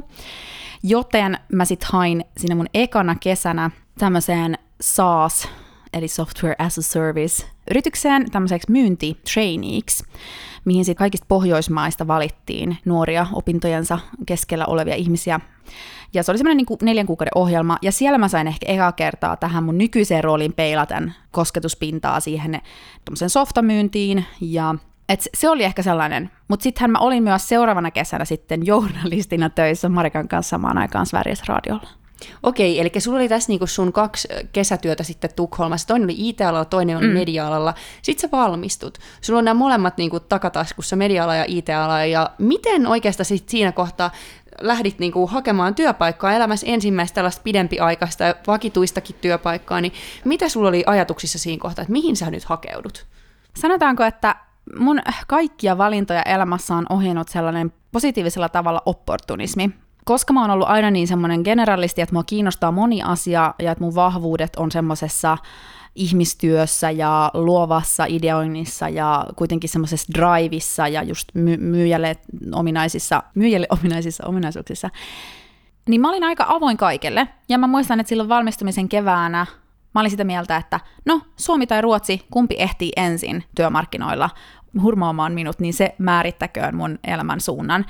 Speaker 3: Joten mä sitten hain siinä mun ekana kesänä tämmöiseen SaaS, eli Software as a Service, yritykseen tämmöiseksi myyntitraineeksi, mihin sitten kaikista Pohjoismaista valittiin nuoria opintojensa keskellä olevia ihmisiä. Ja se oli semmoinen niin kuin neljän kuukauden ohjelma, ja siellä mä sain ehkä eka kertaa tähän mun nykyiseen rooliin peilaten kosketuspintaa siihen tuommoisen softamyyntiin, ja et se oli ehkä sellainen. Mutta sittenhän mä olin myös seuraavana kesänä sitten journalistina töissä Marikan kanssa samaan aikaan Sveriges Radiolla.
Speaker 2: Okei, eli sulla oli tässä niinku sun kaksi kesätyötä sitten Tukholmassa. Toinen oli I T-alalla, toinen oli mm. media-alalla. Sitten sä valmistut. Sulla on nämä molemmat niinku takataskussa, media-ala ja I T-ala. Ja miten oikeastaan sit siinä kohtaa lähdit niinku hakemaan työpaikkaa elämässä ensimmäistä tällaista pidempiaikaista ja vakituistakin työpaikkaa, niin mitä sulla oli ajatuksissa siinä kohtaa, että mihin sä nyt hakeudut?
Speaker 3: Sanotaanko, että mun kaikkia valintoja elämässä on ohjannut sellainen positiivisella tavalla opportunismi. Koska mä oon ollut aina niin semmoinen generalisti, että mua kiinnostaa moni asia ja että mun vahvuudet on semmoisessa ihmistyössä ja luovassa ideoinnissa ja kuitenkin semmoisessa driveissa ja just my- myyjälle ominaisissa, myyjälle ominaisissa ominaisuuksissa, niin mä olin aika avoin kaikelle. Ja mä muistan, että silloin valmistumisen keväänä mä olin sitä mieltä, että no Suomi tai Ruotsi, kumpi ehtii ensin työmarkkinoilla hurmaamaan minut, niin se määrittäköön mun elämän suunnan.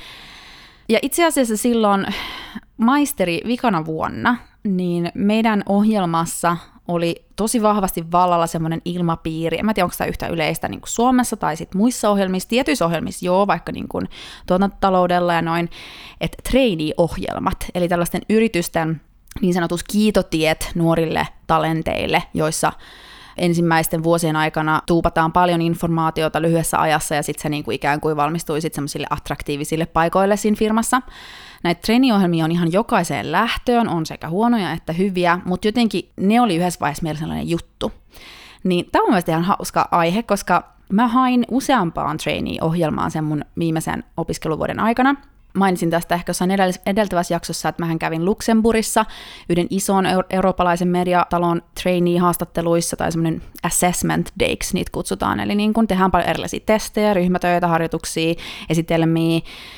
Speaker 3: Ja itse asiassa silloin maisteri vikana vuonna, niin meidän ohjelmassa oli tosi vahvasti vallalla semmoinen ilmapiiri. En mä tiedä, onko tämä yhtä yleistä niin kuin Suomessa tai sitten muissa ohjelmissa, tietyissä ohjelmissa joo, vaikka niin kuin tuotantotaloudella ja noin, että trainee-ohjelmat, eli tällaisten yritysten niin sanotus kiitotiet nuorille talenteille, joissa ensimmäisten vuosien aikana tuupataan paljon informaatiota lyhyessä ajassa ja sitten se niinku ikään kuin valmistui sitten semmoisille attraktiivisille paikoille siinä firmassa. Näitä trainee-ohjelmia on ihan jokaiseen lähtöön, on sekä huonoja että hyviä, mutta jotenkin ne oli yhdessä vaiheessa meillä sellainen juttu. Niin tämä on mielestäni ihan hauska aihe, koska mä hain useampaan trainee-ohjelmaan sen mun viimeisen opiskeluvuoden aikana. Mainitsin tästä ehkä jossain edeltävässä jaksossa, että mähän kävin Luxemburgissa yhden ison euro- eurooppalaisen mediatalon trainee-haastatteluissa tai semmoinen assessment days, niitä kutsutaan. Eli niin kun tehdään paljon erilaisia testejä, ryhmätöitä, harjoituksia, esitelmiä,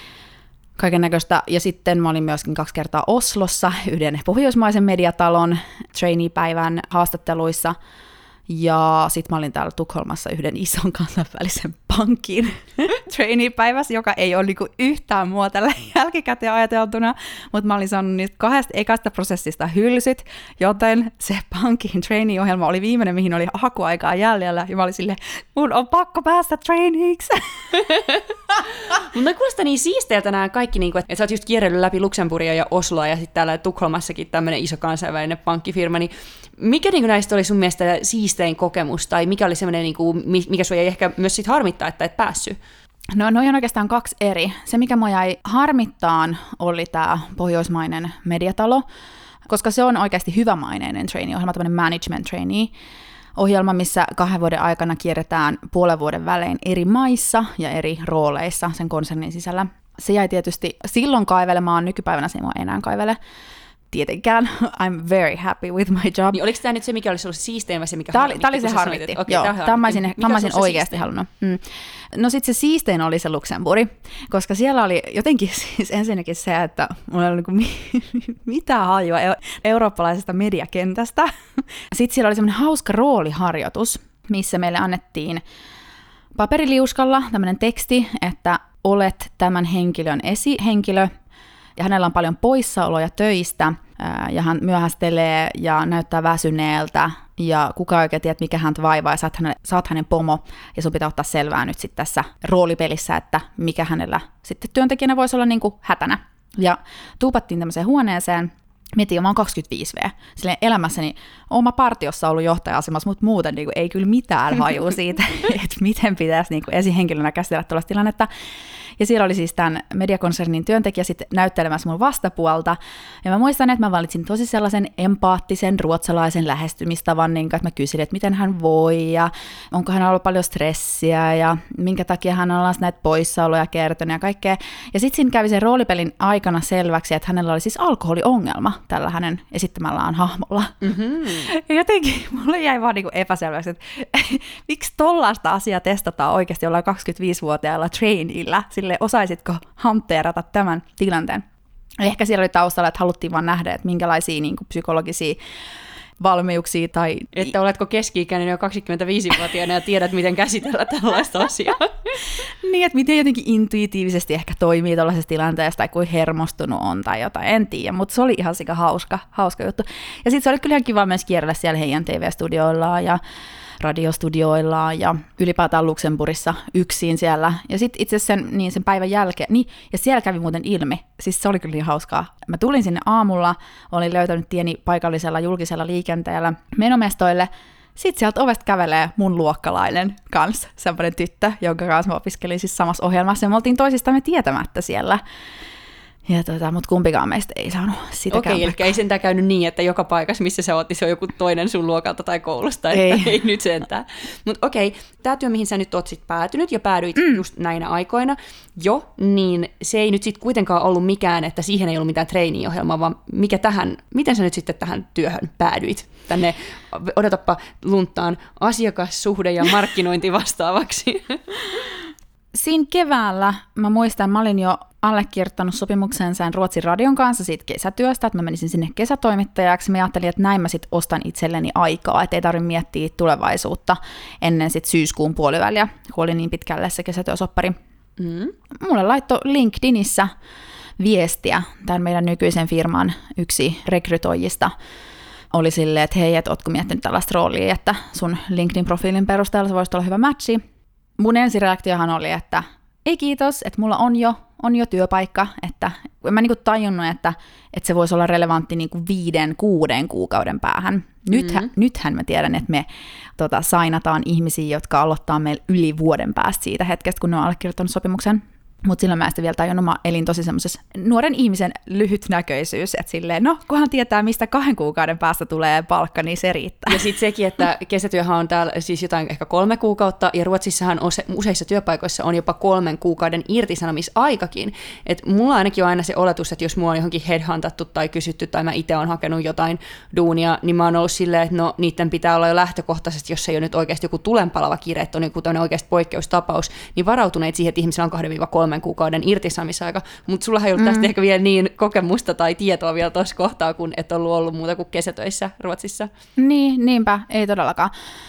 Speaker 3: kaiken näköistä. Ja sitten mä olin myöskin kaksi kertaa Oslossa yhden pohjoismaisen mediatalon trainee-päivän haastatteluissa. Ja sitten mä olin täällä Tukholmassa yhden ison kansainvälisen pankkiin trainee-päivässä, joka ei ole niinku yhtään mua tällä jälkikäteen ajateltuna, mutta mä olin saanut niistä kahdesta ekasta prosessista hylsyt, joten se pankin trainee-ohjelma oli viimeinen, mihin oli hakuaikaa jäljellä, ja mä olin silleen, mun on pakko päästä traineeiksi.
Speaker 2: Mutta kuulostaa niin siisteiltä nämä kaikki, niin kuin, että sä oot just kierrellyt läpi Luxemburgia ja Osloa ja sitten täällä Tukholmassakin tämmöinen iso kansainvälinen pankkifirma, niin mikä niin kuin näistä oli sun mielestä siistein kokemus, tai mikä oli semmoinen, niin kuin, mikä sua jäi ehkä myös sit harmittaa, että et päässyt?
Speaker 3: No, noi on oikeastaan kaksi eri. Se, mikä mua jäi harmittaan, oli tämä pohjoismainen mediatalo, koska se on oikeasti hyvämaineinen trainee-ohjelma, tämmöinen management trainee, ohjelma, missä kahden vuoden aikana kierretään puolen vuoden välein eri maissa ja eri rooleissa sen konsernin sisällä. Se jäi tietysti silloin kaivelemaan, nykypäivänä se ei mua enää kaivele. Tietenkään, I'm very happy with my job.
Speaker 2: Niin, oliko tämä nyt se, mikä olisi ollut siistein vai se, mikä
Speaker 3: tämä
Speaker 2: harmitti?
Speaker 3: Tämä oli se harmitti, okay, joo. Tämä mä olisin, mä olisin oikeasti halunnut. Mm. No sitten se siistein oli se Luxemburg, koska siellä oli jotenkin siis ensinnäkin se, että mulla ei ollut niinku mitään hajua eurooppalaisesta mediakentästä. Sitten siellä oli semmoinen hauska rooliharjoitus, missä meille annettiin paperiliuskalla tämmöinen teksti, että olet tämän henkilön esihenkilö, ja hänellä on paljon poissaoloja töistä, ja hän myöhästelee ja näyttää väsyneeltä, ja kuka oikein tiedät, mikä häntä vaivaa, ja sä oot, hänen, sä oot hänen pomo, ja sun pitää ottaa selvää nyt sitten tässä roolipelissä, että mikä hänellä sitten työntekijänä voisi olla niin kuin hätänä. Ja tuupattiin tämmöiseen huoneeseen, mietin, mä oon kaksikymmentäviisi vuotta. Silleen elämässäni oma partiossa ollut johtaja-asemassa, mutta muuten niin kuin, ei kyllä mitään hajua siitä, että miten pitäisi niin kuin esihenkilönä käsitellä tuollaista tilannetta. Ja siellä oli siis tämän mediakonsernin työntekijä sitten näyttelemässä mun vastapuolta. Ja mä muistan, että mä valitsin tosi sellaisen empaattisen ruotsalaisen lähestymistavan, niin että mä kyselin, että miten hän voi ja onko hän ollut paljon stressiä ja minkä takia hän on näitä poissaoloja kertonut ja kaikkea. Ja sitten siinä kävi sen roolipelin aikana selväksi, että hänellä oli siis alkoholiongelma tällä hänen esittämällään hahmolla. Mm-hmm. Ja jotenkin mulle jäi vaan niinku epäselväksi, että miksi tollaista asiaa testataan oikeasti jollain kaksikymmentäviisivuotiailla traineilla, sille osaisitko hanteerata tämän tilanteen. Ehkä siellä oli taustalla, että haluttiin vaan nähdä, että minkälaisia niin kuin psykologisia valmiuksia tai...
Speaker 2: Että oletko keski-ikäinen jo kaksikymmentäviisivuotiaana ja tiedät, miten käsitellä tällaista asiaa.
Speaker 3: Niin, että miten jotenkin intuitiivisesti ehkä toimii tuollaisessa tilanteessa tai kuin hermostunut on tai jotain, en tiedä, mutta se oli ihan sika hauska, hauska juttu. Ja sitten se oli kyllä ihan kiva myös kierrellä siellä heidän T V-studioillaan ja radiostudioillaan ja ylipäätään Luxemburgissa yksin siellä. Ja sitten itse asiassa sen, niin sen päivän jälkeen, niin, ja siellä kävi muuten ilmi, siis se oli kyllä niin hauskaa. Mä tulin sinne aamulla, olin löytänyt tieni paikallisella julkisella liikenteellä menomestoille. Sitten sieltä ovesta kävelee mun luokkalainen kanssa, semmoinen tyttö, jonka kanssa mä opiskelin siis samassa ohjelmassa, ja me oltiin toisistamme tietämättä siellä. Ja tota, mutta kumpikaan meistä ei saanut sitäkään.
Speaker 2: Okei, eli ei sentään käynyt niin, että joka paikassa, missä se otti, se on joku toinen sun luokalta tai koulusta, että ei, ei nyt sentään. Mutta okei, tämä työ, mihin sä nyt oot sit päätynyt ja päädyit mm. just näinä aikoina jo, niin se ei nyt sitten kuitenkaan ollut mikään, että siihen ei ollut mitään trainee-ohjelmaa, vaan mikä tähän, miten sä nyt sitten tähän työhön päädyit? Tänne, odotappa lunttaan, asiakassuhde ja markkinointi vastaavaksi.
Speaker 3: Siinä keväällä mä muistan, mä olin jo allekirjoittanut sopimuksen sen Ruotsin radion kanssa siitä kesätyöstä, että mä menisin sinne kesätoimittajaksi. Mä ajattelin, että näin mä sit ostan itselleni aikaa, että ei tarvitse miettiä tulevaisuutta ennen sit syyskuun puoliväliä, kun oli niin pitkälle se kesätyösoppari. Mm. Mulle laittoi LinkedInissä viestiä tämän meidän nykyisen firman yksi rekrytoijista. Oli silleen, että hei, et ootko miettinyt tällaista roolia, että sun LinkedIn-profiilin perusteella se voisi olla hyvä matchi. Mun ensireaktiohan oli, että ei kiitos, että mulla on jo, on jo työpaikka, että en mä niinku tajunnut, että, että se voisi olla relevantti niinku viiden, kuuden kuukauden päähän. Nythän, mm-hmm. nythän mä tiedän, että me tota, sainataan ihmisiä, jotka aloittaa meillä yli vuoden päästä siitä hetkestä, kun ne on allekirjoittanut sopimuksen. Mutta silloin mä en sitten vielä tajunnut, mä elin tosi semmoisessa nuoren ihmisen lyhytnäköisyys, että silleen, no kunhan tietää, mistä kahden kuukauden päästä tulee palkka, niin se riittää.
Speaker 2: Ja sitten sekin, että kesätyöhän on täällä siis jotain ehkä kolme kuukautta, ja Ruotsissahan use, useissa työpaikoissa on jopa kolmen kuukauden irtisanomisaikakin. Että mulla ainakin on aina se oletus, että jos mua on johonkin headhuntattu tai kysytty, tai mä itse olen hakenut jotain duunia, niin mä oon ollut silleen, että no niiden pitää olla jo lähtökohtaisesti, jos ei ole nyt oikeasti joku tulenpalava kiire, että on joku toinen oikeasti poikkeustapaus, niin varautuneet siihen, että ihmisillä on kahden kolmen kuukauden irtisanomisaika, mutta sullahan ei ollut tästä mm. ehkä vielä niin kokemusta tai tietoa vielä tuossa kohtaa, kun et ollut ollut muuta kuin kesätöissä Ruotsissa.
Speaker 3: Niin, niinpä, ei todellakaan.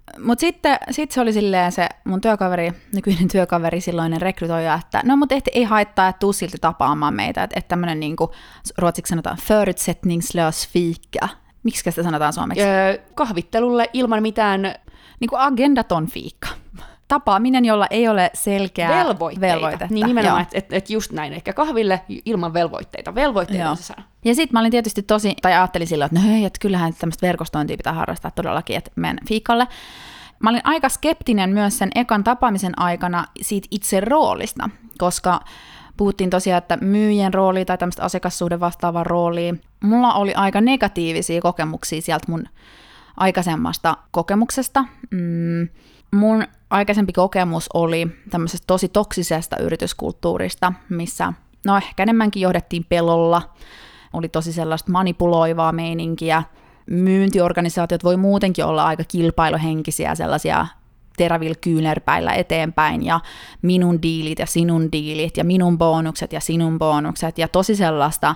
Speaker 3: Mutta sitten sit se oli silleen se mun työkaveri, nykyinen työkaveri, silloinen rekrytoija, että no mutta ei haittaa, että tuu silti tapaamaan meitä, että et tämmöinen niinku, ruotsiksi sanotaan förutsättningslös fika. Miksi sitä sanotaan suomeksi?
Speaker 2: Öö, kahvittelulle ilman mitään...
Speaker 3: Niinku agendaton fiikka. Tapaaminen, jolla ei ole selkeää
Speaker 2: velvoitteita.
Speaker 3: velvoitetta.
Speaker 2: Niin nimenomaan, että et, et just näin. Eli kahville ilman velvoitteita. Velvoitteita on se sana.
Speaker 3: Ja sitten mä olin tietysti tosi, tai ajattelin silloin, että no hei, että kyllähän tämmöistä verkostointia pitää harrastaa todellakin, että menen fiikalle. Mä olin aika skeptinen myös sen ekan tapaamisen aikana siitä itse roolista, koska puhuttiin tosiaan, että myyjien rooli tai tämmöistä asiakassuhden vastaavaa roolia. Mulla oli aika negatiivisia kokemuksia sieltä mun aikaisemmasta kokemuksesta. Mm, mun aikaisempi kokemus oli tämmöisestä tosi toksisesta yrityskulttuurista, missä no ehkä enemmänkin johdettiin pelolla, oli tosi sellaista manipuloivaa meininkiä. Myyntiorganisaatiot voi muutenkin olla aika kilpailuhenkisiä, sellaisia terävillä kyynärpäillä eteenpäin, ja minun diilit ja sinun diilit, ja minun bonukset ja sinun bonukset, ja tosi sellaista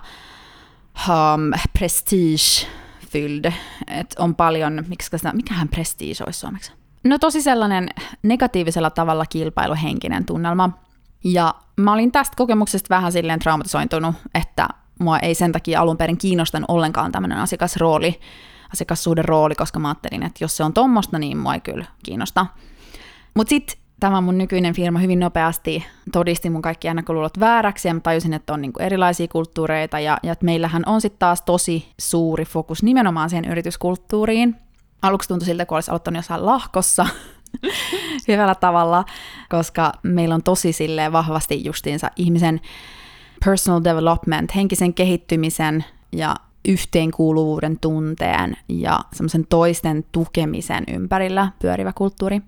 Speaker 3: um, prestige-fylld, että on paljon, miksi sitä, mikähän prestige olisi suomeksi? No tosi sellainen negatiivisella tavalla kilpailuhenkinen tunnelma, ja mä olin tästä kokemuksesta vähän silleen traumatisointunut, että mua ei sen takia alun perin kiinnostanut ollenkaan tämmöinen asiakasrooli, asiakassuhden rooli, koska mä ajattelin, että jos se on tommoista, niin mua ei kyllä kiinnosta. Mutta sitten tämä mun nykyinen firma hyvin nopeasti todisti mun kaikki ennakkoluulot vääräksi, ja mä tajusin, että on niinku erilaisia kulttuureita, ja, ja että meillähän on sitten taas tosi suuri fokus nimenomaan siihen yrityskulttuuriin. Aluksi tuntui siltä, kun olisi aloittanut jossain lahkossa, hyvällä tavalla, koska meillä on tosi silleen vahvasti justiinsa ihmisen personal development, henkisen kehittymisen ja yhteenkuuluvuuden tunteen ja semmoisen toisten tukemisen ympärillä pyörivä kulttuuri.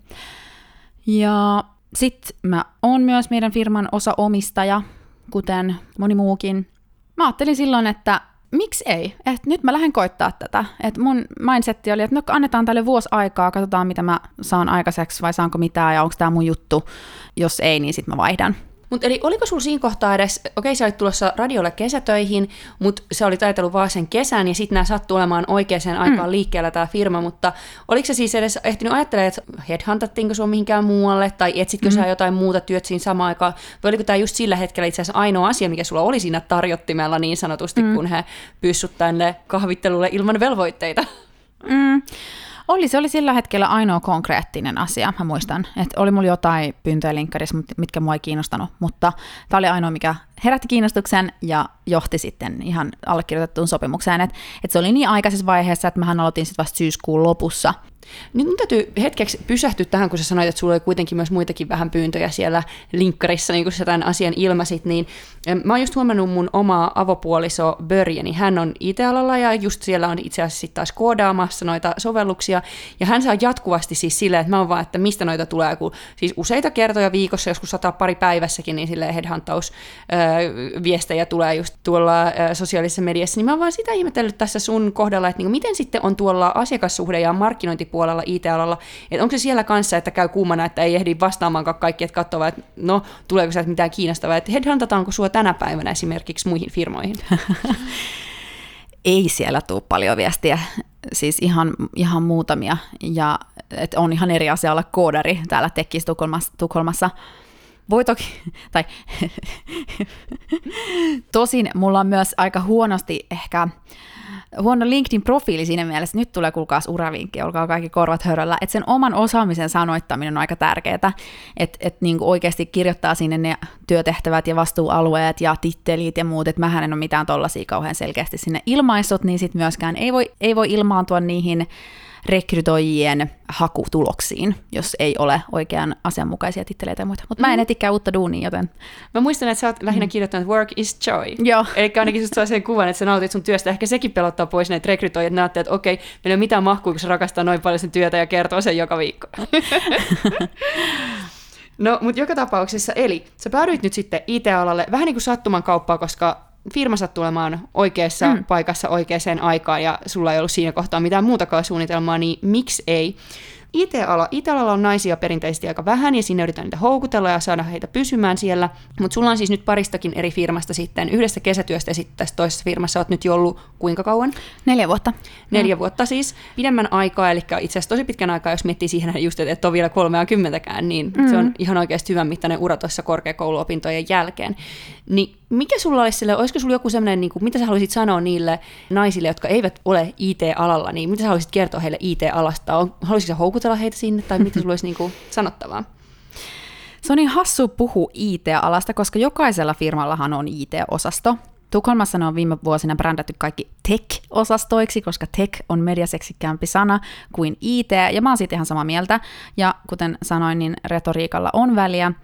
Speaker 3: Ja sitten mä oon myös meidän firman osaomistaja, kuten moni muukin. Mä ajattelin silloin, että miksi ei? Et nyt mä lähden koittaa tätä. Et mun mindsetti oli, että no annetaan tälle vuosi aikaa, katsotaan mitä mä saan aikaiseksi vai saanko mitään ja onko tää mun juttu. Jos ei, niin sit mä vaihdan.
Speaker 2: Mut eli oliko sulla siinä kohtaa edes, okei sä olit tulossa radiolle kesätöihin, mutta sä olit ajatellut vaan sen kesän ja sitten nämä sattuu olemaan oikeaan aikaan mm. liikkeellä tämä firma, mutta oliko sä siis edes ehtinyt ajattelemaan, että headhuntattiinko sua mihinkään muualle tai etsitkö mm. sä jotain muuta työt siinä samaan aikaan, vai oliko tämä just sillä hetkellä itse asiassa ainoa asia, mikä sulla oli siinä tarjottimella niin sanotusti, mm. kun he pyssut tänne kahvittelulle ilman velvoitteita?
Speaker 3: Mm. Oli, se oli sillä hetkellä ainoa konkreettinen asia, mä muistan, että oli mulla jotain pyyntöjä linkkarissa, mitkä mua ei kiinnostanut, mutta tämä oli ainoa, mikä herätti kiinnostuksen ja johti sitten ihan allekirjoitettuun sopimukseen, että et se oli niin aikaisessa vaiheessa, että mähän aloitin sitten vasta syyskuun lopussa.
Speaker 2: Nyt mun täytyy hetkeksi pysähtyä tähän, kun sä sanoit, että sulla oli kuitenkin myös muitakin vähän pyyntöjä siellä linkkarissa, niin kun sä tämän asian ilmasit, niin mä oon just huomannut mun omaa avopuoliso Börje, niin hän on I T-alalla ja just siellä on itse asiassa sitten taas koodaamassa noita sovelluksia, ja hän saa jatkuvasti siis silleen, että mä oon vaan, että mistä noita tulee, kun siis useita kertoja viikossa, joskus sataa pari päivässäkin, niin silleen headhuntaus-viestejä tulee just tuolla sosiaalisessa mediassa, niin mä oon vaan sitä ihmetellyt tässä sun kohdalla, että niin miten sitten on tuolla asiakassuhde ja markkinointi puolella I T-alalla, että onko se siellä kanssa, että käy kuumana, että ei ehdi vastaamaankaan kaikki, että katsoo, että no, tuleeko sieltä mitään kiinnostavaa, että headhuntataanko sua tänä päivänä esimerkiksi muihin firmoihin?
Speaker 3: Ei siellä tule paljon viestiä, siis ihan, ihan muutamia, ja että on ihan eri asia olla koodari täällä Tekkis Tukholmassa, Tukholmassa. Voi toki, tai tosin mulla on myös aika huonosti ehkä huono LinkedIn-profiili siinä mielessä, nyt tulee kuulkaas uravinkki, olkaa kaikki korvat höröllä, että sen oman osaamisen sanoittaminen on aika tärkeää, että et niinku oikeasti kirjoittaa sinne ne työtehtävät ja vastuualueet ja tittelit ja muut, että mähän en ole mitään tollaisia kauhean selkeästi sinne ilmaissut, niin sitten myöskään ei voi, ei voi ilmaantua niihin rekrytoijien hakutuloksiin, jos ei ole oikean asianmukaisia titteleitä ja muita. Mutta mm. mä en etikään uutta duunia, joten...
Speaker 2: Mä muistan, että sä oot lähinnä kirjoittanut work is joy.
Speaker 3: Joo.
Speaker 2: Eli ainakin susta saa sen kuvan, että sä nautit sun työstä. Ehkä sekin pelottaa pois näitä rekrytoijia, että näette, että okei, meillä ei ole mitään mahkua, kun sä rakastaa noin paljon sen työtä ja kertoo sen joka viikko. No, mutta joka tapauksessa, eli sä päädyit nyt sitten I T-alalle vähän niin kuin sattuman kauppaa, koska firma sattuu olemaan oikeassa mm. paikassa oikeaan aikaan ja sulla ei ollut siinä kohtaa mitään muutakaan suunnitelmaa, niin miksi ei? I T-ala, I T-alalla on naisia perinteisesti aika vähän, ja sinne yritetään niitä houkutella ja saada heitä pysymään siellä, mutta sulla on siis nyt paristakin eri firmasta sitten, yhdestä kesätyöstä ja sitten tässä toisessa firmassa olet nyt jo ollut kuinka kauan?
Speaker 3: Neljä vuotta.
Speaker 2: Neljä mm. vuotta siis, pidemmän aikaa, eli itse asiassa tosi pitkän aikaa, jos miettii siihen just, että et ole vielä kolmeakymmentäkään, niin mm. se on ihan oikeasti hyvän mittainen ura tuossa korkeakouluopintojen jälkeen. Niin mikä sulla olisi sille, olisiko sulla joku sellainen, niin kuin, mitä sä haluaisit sanoa niille naisille, jotka eivät ole I T-alalla, niin mitä sä haluaisit kertoa heille I T-alasta? Haluaisitko sä houkutella heitä sinne, tai mitä sulla olisi niin kuin sanottavaa?
Speaker 3: Se on niin hassu puhua I T-alasta, koska jokaisella firmallahan on I T-osasto. Tukholmassa ne on viime vuosina brändätty kaikki tech-osastoiksi, koska tech on mediaseksikkäämpi sana kuin I T, ja mä oon siitä ihan samaa mieltä. Ja kuten sanoin, niin retoriikalla on väliä.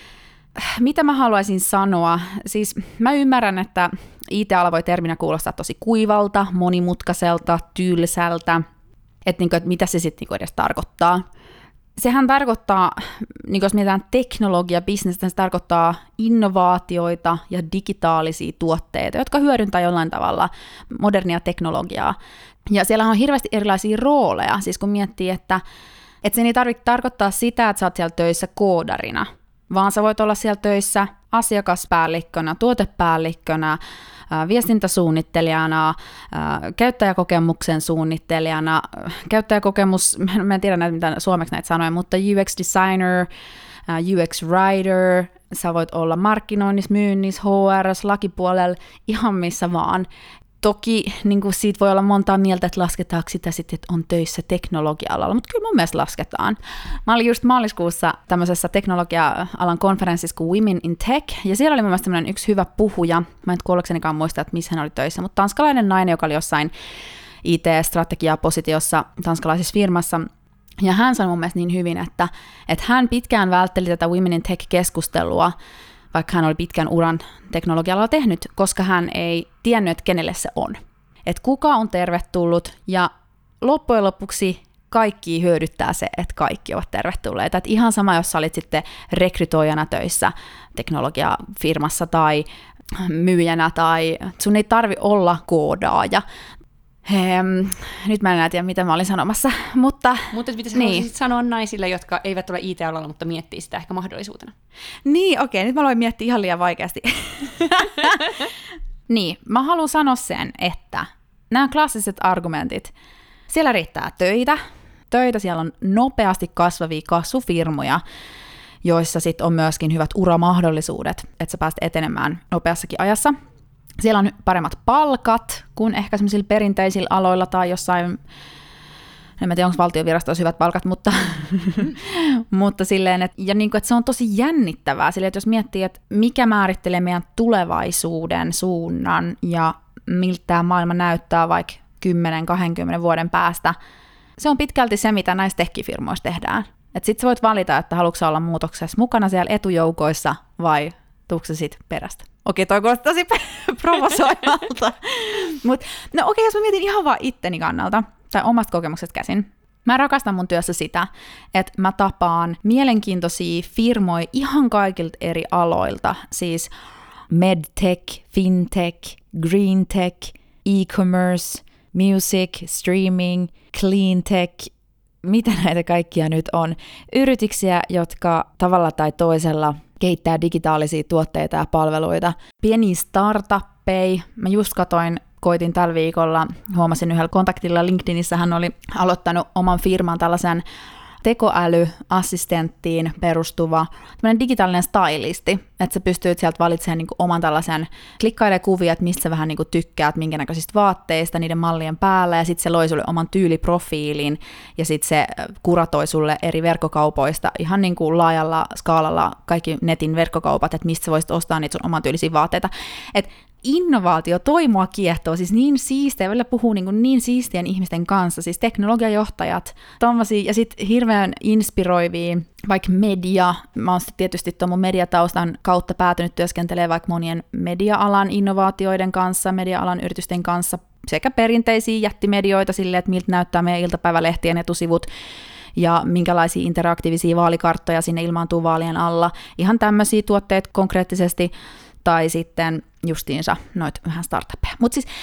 Speaker 3: Mitä mä haluaisin sanoa? Siis mä ymmärrän, että I T-ala voi terminä kuulostaa tosi kuivalta, monimutkaiselta, tylsältä, että, niinku, että mitä se sitten niinku edes tarkoittaa. Sehän tarkoittaa, niin jos mietitään teknologia-bisnestä, se tarkoittaa innovaatioita ja digitaalisia tuotteita, jotka hyödyntää jollain tavalla modernia teknologiaa. Ja siellä on hirveästi erilaisia rooleja, siis kun miettii, että, että sen ei tarvitse tarkoittaa sitä, että sä oot siellä töissä koodarina, vaan sä voit olla siellä töissä asiakaspäällikkönä, tuotepäällikkönä, viestintäsuunnittelijana, käyttäjäkokemuksen suunnittelijana, käyttäjäkokemus, mä en tiedä näitä, mitä suomeksi näitä sanoja, mutta U X designer, U X writer, sä voit olla markkinoinnissa, myynnissä, H R:ssä, lakipuolella, ihan missä vaan. Toki niin kuin siitä voi olla montaa mieltä, että lasketaanko sitä sitten, että on töissä teknologia-alalla, mutta kyllä mun mielestä lasketaan. Mä olin just maaliskuussa tämmöisessä teknologia-alan konferenssissa kuin Women in Tech, ja siellä oli mun mielestä tämmöinen yksi hyvä puhuja, mä en kuollaksenikaan muista, että missä hän oli töissä, mutta tanskalainen nainen, joka oli jossain I T-strategia-positiossa tanskalaisessa firmassa, ja hän sanoi mun mielestä niin hyvin, että, että hän pitkään vältteli tätä Women in Tech-keskustelua, vaikka hän oli pitkän uran teknologialla tehnyt, koska hän ei tiennyt, että kenelle se on. Että kuka on tervetullut, ja loppujen lopuksi kaikki hyödyttää se, että kaikki ovat tervetulleita. Et ihan sama, jos sä olit sitten rekrytoijana töissä teknologiafirmassa tai myyjänä, tai sun ei tarvi olla koodaaja. Heem, nyt mä en enää tiedä, mitä mä olin sanomassa, mutta...
Speaker 2: Mutta mitä sä
Speaker 3: niin.
Speaker 2: haluaisit sanoa naisille, jotka eivät ole I T-alalla, mutta miettii sitä ehkä mahdollisuutena?
Speaker 3: Niin, okei, nyt mä aloin miettiä ihan liian vaikeasti. Niin, mä haluan sanoa sen, että nämä klassiset argumentit, siellä riittää töitä, töitä, siellä on nopeasti kasvavia kasvufirmoja, joissa sitten on myöskin hyvät uramahdollisuudet, että sä pääset etenemään nopeassakin ajassa. Siellä on paremmat palkat kuin ehkä semmoisilla perinteisillä aloilla tai jossain, en tiedä onko valtiovirastoissa hyvät palkat, mutta, mutta silleen, että, ja niin kuin, että se on tosi jännittävää, silleen, että jos miettii, että mikä määrittelee meidän tulevaisuuden suunnan ja miltä tämä maailma näyttää vaikka kymmenen kaksikymmentä vuoden päästä, se on pitkälti se, mitä näissä tekkifirmoissa tehdään. Että sit sä voit valita, että haluatko olla muutoksessa mukana siellä etujoukoissa vai tuutko sä sit perästä. Okei, toi kuulostaa tosi provosoimalta. Mut, no okei, jos mä mietin ihan vaan itteni kannalta, tai omasta kokemuksesta käsin, mä rakastan mun työssä sitä, että mä tapaan mielenkiintoisia firmoja ihan kaikilta eri aloilta, siis medtech, fintech, green tech, e-commerce, music, streaming, clean tech, mitä näitä kaikkia nyt on. Yrityksiä, jotka tavalla tai toisella kehittää digitaalisia tuotteita ja palveluita. Pieniä startuppeja. Mä just katoin, koitin tällä viikolla, huomasin yhdellä kontaktilla LinkedInissä, hän oli aloittanut oman firman tällaisen tekoälyassistenttiin perustuva tämmöinen digitaalinen stylisti, että sä pystyt sieltä valitsemaan niin kuin oman tällaisen, klikkailee kuvia, että mistä sä vähän niin kuin tykkäät, minkä näköisistä vaatteista, niiden mallien päällä, ja sitten se loi sulle oman tyyliprofiilin, ja sitten se kuratoi sulle eri verkkokaupoista ihan niin kuin laajalla skaalalla kaikki netin verkkokaupat, että mistä sä voisit ostaa niitä sun oman tyylisiä vaatteita. Et innovaatio toi mua kiehtoo, siis niin siistejä, välillä puhuu niin, kuin niin siistien ihmisten kanssa, siis teknologiajohtajat, tommosia, ja sitten hirveän inspiroivia, vaikka media, mä oon tietysti tuon mun mediataustan kautta päätynyt työskentelemään vaikka monien media-alan innovaatioiden kanssa, media-alan yritysten kanssa, sekä perinteisiä jättimedioita silleen, että miltä näyttää meidän iltapäivälehtien etusivut, ja minkälaisia interaktiivisia vaalikarttoja sinne ilmaantuu vaalien alla, ihan tämmöisiä tuotteita konkreettisesti, tai sitten justiinsa noit vähän startuppeja. Mutta siis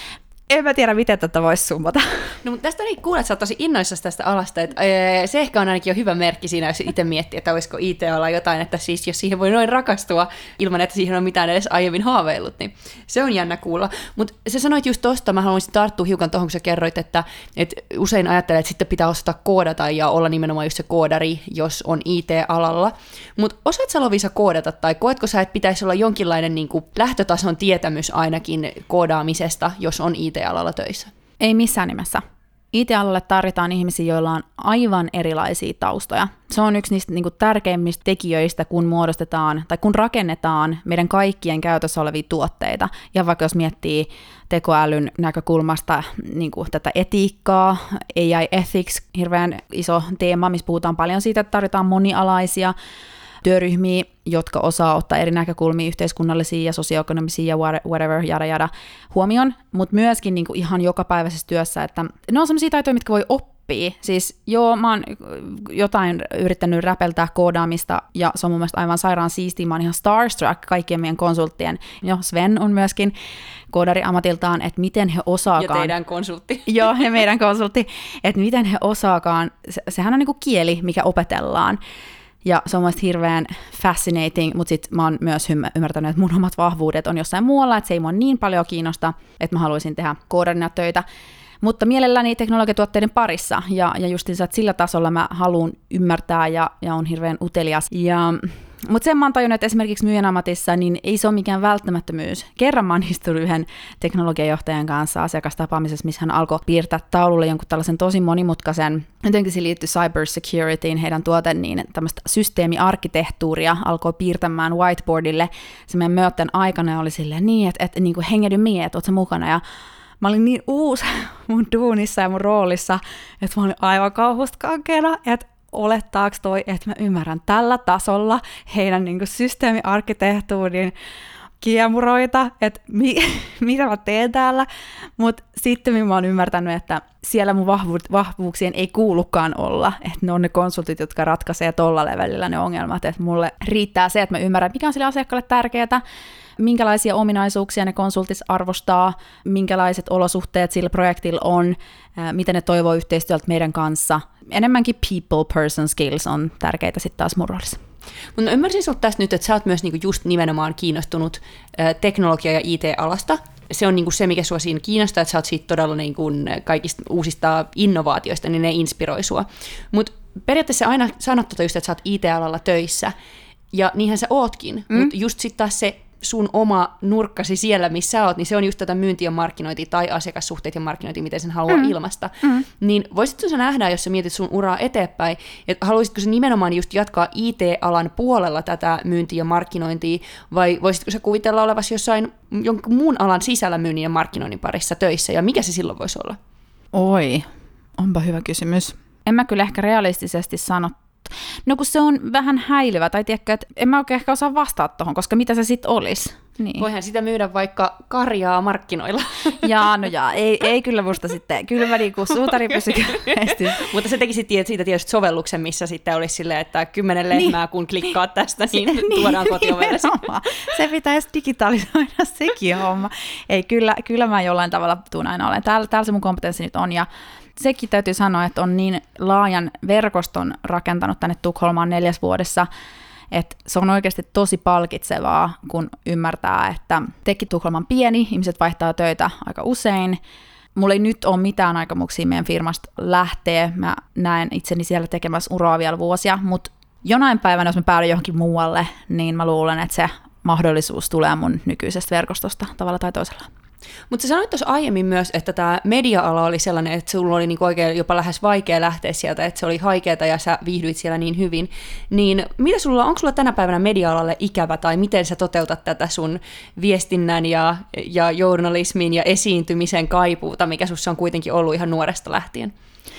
Speaker 3: En mä tiedä, miten tätä voisi summata.
Speaker 2: No, mutta tästä niin kuulet, että sä oot tosi innoissasi tästä alasta, että ee, se ehkä on ainakin jo hyvä merkki siinä, jos itse miettii, että olisiko I T-ala jotain, että siis jos siihen voi noin rakastua ilman, että siihen on mitään edes aiemmin haaveillut, niin se on jännä kuulla. Mutta sä sanoit just tosta, mä haluaisin tarttua hiukan tuohon, kun sä kerroit, että, että usein ajattelee, että sitten pitää osata koodata ja olla nimenomaan just se koodari, jos on I T-alalla. Mutta osaat sä, Lovisa, koodata, tai koetko sä, että pitäisi olla jonkinlainen niin kuin lähtötason tietämys ainakin koodaamisesta, jos on I T-alalla töissä?
Speaker 3: Ei missään nimessä. I T-alalle tarvitaan ihmisiä, joilla on aivan erilaisia taustoja. Se on yksi niistä niin kuin tärkeimmistä tekijöistä, kun muodostetaan tai kun rakennetaan meidän kaikkien käytössä olevia tuotteita. Ja vaikka jos miettii tekoälyn näkökulmasta niin kuin tätä etiikkaa, A I ethics, hirveän iso teema, missä puhutaan paljon siitä, että tarvitaan monialaisia työryhmiä, jotka osaa ottaa eri näkökulmia, yhteiskunnallisia ja sosioekonomisia ja whatever, jada jada, huomioon, mutta myöskin niinku ihan jokapäiväisessä työssä, että ne on sellaisia taitoja, mitkä voi oppia. Siis joo, mä oon jotain yrittänyt räpeltää koodaamista, ja se on mun mielestä aivan sairaan siistiä, mä oon ihan starstruck kaikkien meidän konsulttien. Jo, Sven on myöskin koodari ammatiltaan, että miten he osaakaan.
Speaker 2: Ja teidän konsultti.
Speaker 3: Joo, ja meidän konsultti, että miten he osaakaan, se, sehän on niinku kieli, mikä opetellaan. Ja se on mielestäni hirveän fascinating, mutta sitten mä oon myös ymmärtänyt, että mun omat vahvuudet on jossain muualla, että se ei mua niin paljon kiinnosta, että mä haluaisin tehdä koodarina töitä. Mutta mielelläni teknologiatuotteiden parissa, ja, ja justiinsa, että sillä tasolla mä haluan ymmärtää ja, ja on hirveän utelias. Ja, mutta sen mä oon tajunnut, että esimerkiksi myyjän ammatissa, niin ei se ole mikään välttämättömyys. Kerran mä oon istunut yhden teknologiajohtajan kanssa asiakastapaamisessa, missä hän alkoi piirtää taululle jonkun tällaisen tosi monimutkaisen, jotenkin se liittyy cybersecurityin, heidän tuote, niin tämmöistä systeemiarkkitehtuuria alkoi piirtämään whiteboardille. Se meidän möötten aikana oli silleen niin, että, että niin kuin hengedy mie, että oot sä mukana, ja mä olin niin uusi mun duunissa ja mun roolissa, että mä olin aivan kauhusta kankeena, että olettaako toi, että mä ymmärrän tällä tasolla heidän niin kuin systeemiarkkitehtuurin kiemuroita, että mi- mitä mä teen täällä, mutta sitten mä oon ymmärtänyt, että siellä mun vahvu- vahvuuksien ei kuulukaan olla, että ne on ne konsultit, jotka ratkaisee tolla levelillä ne ongelmat, että mulle riittää se, että mä ymmärrän, mikä on sille asiakkaalle tärkeää, minkälaisia ominaisuuksia ne konsultit arvostaa, minkälaiset olosuhteet sillä projektilla on, miten ne toivoo yhteistyöltä meidän kanssa. Enemmänkin people person skills on tärkeitä sitten taas mun roolissa.
Speaker 2: Mutta ymmärsin sinulta tästä nyt, että sä oot myös niinku just nimenomaan kiinnostunut ä, teknologia- ja I T-alasta. Se on niinku se, mikä sua siinä kiinnostaa, että sä oot siitä todella niinku kaikista uusista innovaatioista, niin ne inspiroi sua. Mutta periaatteessa aina sanot tota just, että sä oot I T-alalla töissä, ja niinhän sä ootkin, mm. mutta just sitten taas se sun oma nurkkasi siellä, missä sä oot, niin se on just tätä myyntiä ja markkinointia tai asiakassuhteet ja markkinointia, miten sen haluaa mm. ilmaista. Mm. Niin voisitko sä nähdä, jos sä mietit sun uraa eteenpäin, että haluaisitko sä nimenomaan just jatkaa I T-alan puolella tätä myyntiä ja markkinointia, vai voisitko sä kuvitella olevasi jossain jonkun muun alan sisällä myynnin ja markkinoinnin parissa töissä, ja mikä se silloin voisi olla?
Speaker 3: Oi, onpa hyvä kysymys. En mä kyllä ehkä realistisesti sano. No kun se on vähän häilyvä, tai tiedätkö, että en mä oikein ehkä osaa vastata tuohon, koska mitä se sitten olisi. Niin.
Speaker 2: Voihan sitä myydä vaikka karjaa markkinoilla.
Speaker 3: Jaa, no jaa, ei, ei kyllä musta sitten, kyllä mä niinku suutari pysy kyllä.
Speaker 2: Mutta se tekisi siitä tietysti sovelluksen, missä sitten olisi silleen, että kymmenen lehmää, niin. kun klikkaat tästä, niin, niin tuodaan kotiovellesi.
Speaker 3: Se pitäisi digitalisoida sekin homma. Ei, kyllä, kyllä mä jollain tavalla tuun aina olen. Täällä, täällä se mun kompetenssi nyt on, ja sekin täytyy sanoa, että on niin laajan verkoston rakentanut tänne Tukholmaan neljäs vuodessa, että se on oikeasti tosi palkitsevaa, kun ymmärtää, että Tekki Tukholma on pieni, ihmiset vaihtaa töitä aika usein. Mulla ei nyt ole mitään aikomuksia meidän firmasta lähteä, mä näen itseni siellä tekemässä uraa vielä vuosia, mutta jonain päivänä, jos mä päädyn johonkin muualle, niin mä luulen, että se mahdollisuus tulee mun nykyisestä verkostosta tavalla tai toisella.
Speaker 2: Mutta sä sanoit tuossa aiemmin myös, että tämä media-ala oli sellainen, että sulla oli niinku oikein jopa lähes vaikea lähteä sieltä, että se oli haikeeta ja sä viihdyit siellä niin hyvin. Niin mitä sulla, onko sulla tänä päivänä media-alalle ikävä, tai miten sä toteutat tätä sun viestinnän ja, ja journalismin ja esiintymisen kaipuuta, mikä sussa on kuitenkin ollut ihan nuoresta lähtien?